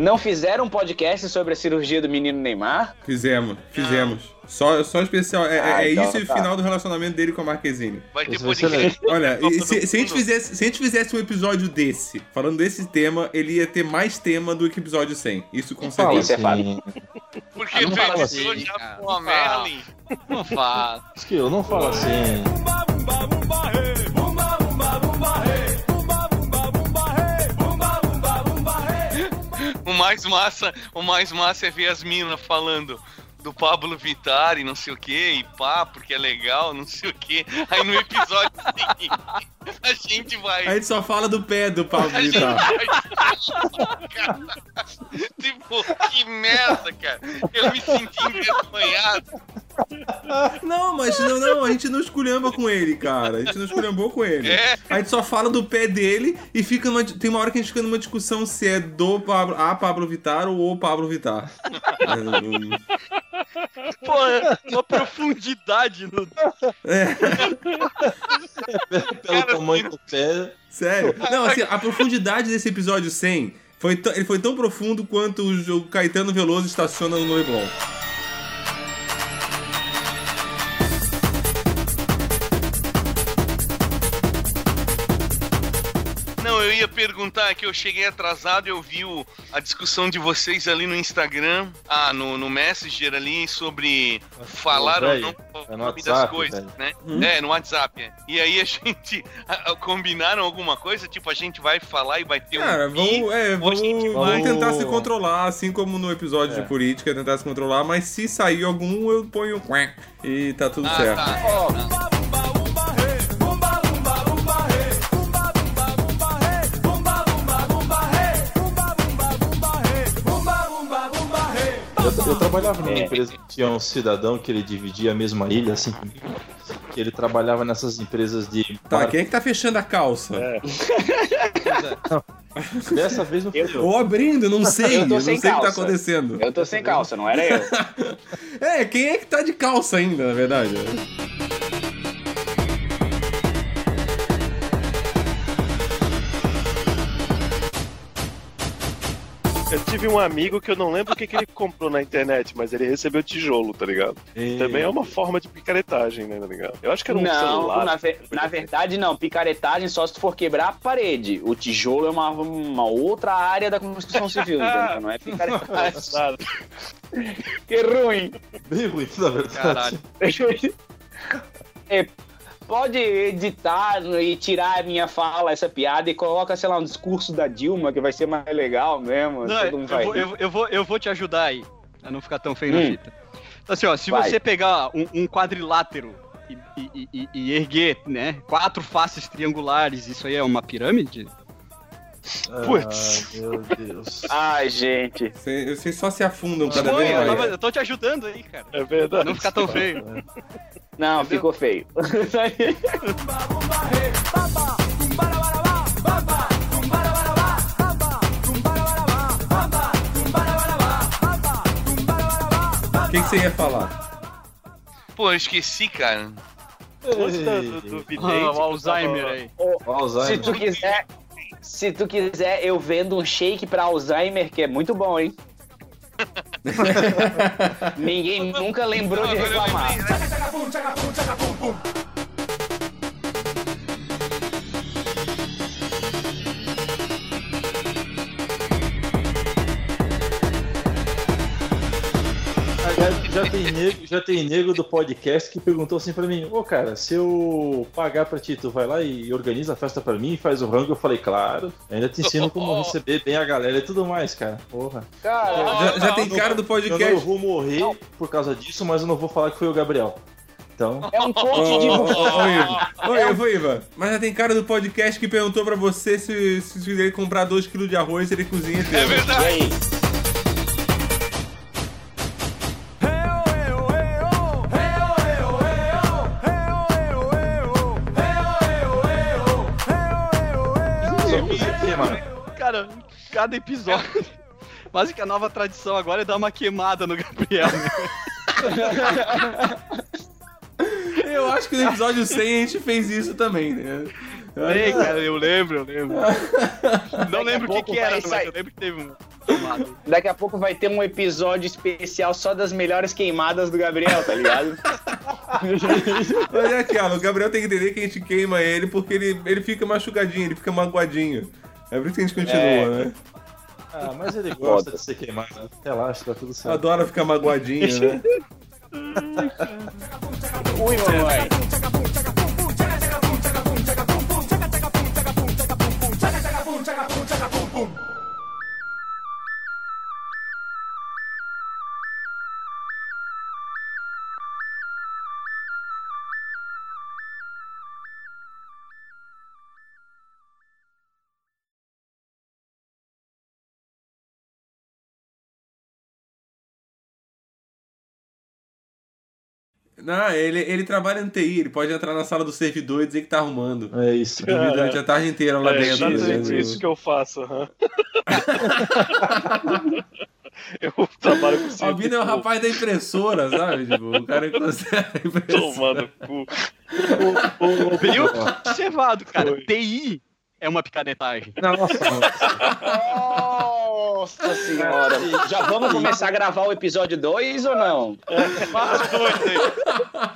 Não fizeram um podcast sobre a cirurgia do menino Neymar? Fizemos. Só especial. Então, isso e o final do relacionamento dele com a Marquezine. Vai ter Esse vai ser podcast. Olha, se a gente fizesse um episódio desse, falando desse tema, ele ia ter mais tema do que o episódio 100. Isso com Fala Isso certeza. é assim. Porque não tu fala editou assim, já cara. com a Merlin. Não fala. Skill, não fala assim. O mais massa é ver as minas falando do Pablo Vittar e não sei o que, e pá, porque é legal, não sei o que. Aí no episódio seguinte, a gente vai. A gente só fala do pé do Pablo A gente Vittar. vai. Cara, tipo, que merda, cara. Eu me senti envergonhado. Não, mas não, a gente não esculhamba com ele, cara. A gente não esculhambou com ele. É. A gente só fala do pé dele e fica tem uma hora que a gente fica numa discussão se é do Pablo Vittar ou o Pablo Vittar. Pô, uma profundidade no... Pelo tamanho do pé. Sério? Não, assim, a profundidade desse episódio 100 ele foi tão profundo quanto o Caetano Veloso estaciona no Leblon. Não, eu ia perguntar que eu cheguei atrasado e eu vi a discussão de vocês ali no Instagram, no Messenger ali, sobre falar ou não o nome das WhatsApp, coisas, velho. né? No WhatsApp. E aí a gente combinaram alguma coisa, tipo, a gente vai falar e vai ter Cara, vamos vai- tentar se controlar, assim como no episódio de política, tentar se controlar, mas se sair algum, eu ponho e tá tudo certo. Tá. Eu trabalhava numa empresa que tinha um cidadão que ele dividia a mesma ilha, assim comigo. Que ele trabalhava nessas empresas de. Tá, quem é que tá fechando a calça? Dessa vez não fui eu. Ou abrindo, não sei. Eu tô não sem sei o que tá calça. acontecendo. Eu tô sem calça, não era eu. Quem é que tá de calça ainda, na verdade? Eu tive um amigo que eu não lembro o que ele comprou na internet, mas ele recebeu tijolo, tá ligado? Também é uma forma de picaretagem, né, tá ligado? Eu acho que era um celular. Na verdade não, picaretagem só se for quebrar a parede. O tijolo é uma outra área da construção civil, entendeu? Não é picaretagem. Que ruim. Bem ruim, na verdade. Caralho. Pode editar e tirar a minha fala, essa piada, e coloca, sei lá, um discurso da Dilma, que vai ser mais legal mesmo. Não, todo mundo vai rir. eu vou te ajudar aí, a não ficar tão feio na fita. Então, assim, ó, se Vai. você pegar um quadrilátero e erguer, né, 4 faces triangulares, isso aí é uma pirâmide? Putz. Meu Deus. Ai, gente. Vocês só se afundam cada Foi, vez mais. eu tô te ajudando aí, cara. É verdade. Não ficar tão feio. Não, ficou feio. O que você ia falar? Pô, eu esqueci, cara. Do vidente, O Alzheimer aí. Alzheimer. Se tu quiser, eu vendo um shake pra Alzheimer, que é muito bom, hein? Ninguém nunca lembrou de reclamar. Já tem nego do podcast que perguntou assim pra mim: ô cara, se eu pagar pra ti, tu vai lá e organiza a festa pra mim e faz o rango? Eu falei: claro, ainda te ensino como receber bem a galera e tudo mais, cara. Porra. Cara, Já tem cara do Eu podcast. não vou morrer por causa disso, mas eu não vou falar que foi o Gabriel. Então. é um coach de Ô, Iva, mas já tem cara do podcast que perguntou pra você se ele comprar 2 kg de arroz, ele cozinha inteiro. É verdade. E aí? Cara, cada episódio. Quase que a nova tradição agora é dar uma queimada no Gabriel, né? Eu acho que no episódio 100 a gente fez isso também, né? Ei, cara, eu lembro. Não lembro o pouco que era, vai mas sair. eu lembro que teve um. Daqui a pouco vai ter um episódio especial só das melhores queimadas do Gabriel, tá ligado? Mas é aquilo, o Gabriel tem que entender que a gente queima ele porque ele fica machucadinho, ele fica magoadinho. É por isso que a gente continua, né? Ah, mas ele gosta de ser queimado. Relaxa, tá tudo certo. Adora ficar magoadinho, né? Ui, mamãe. Não, ele trabalha no TI, ele pode entrar na sala do servidor e dizer que tá arrumando. É isso. Dormir durante a tarde inteira lá dentro. É exatamente isso que eu faço. Eu trabalho com o Albino é o rapaz da impressora, sabe? Tipo, o cara que conserta a impressora. Tomando cu. Bem observado, cara. TI é uma picaretagem. Nossa senhora. Já vamos começar a gravar o episódio 2 ou não? Faz dois aí.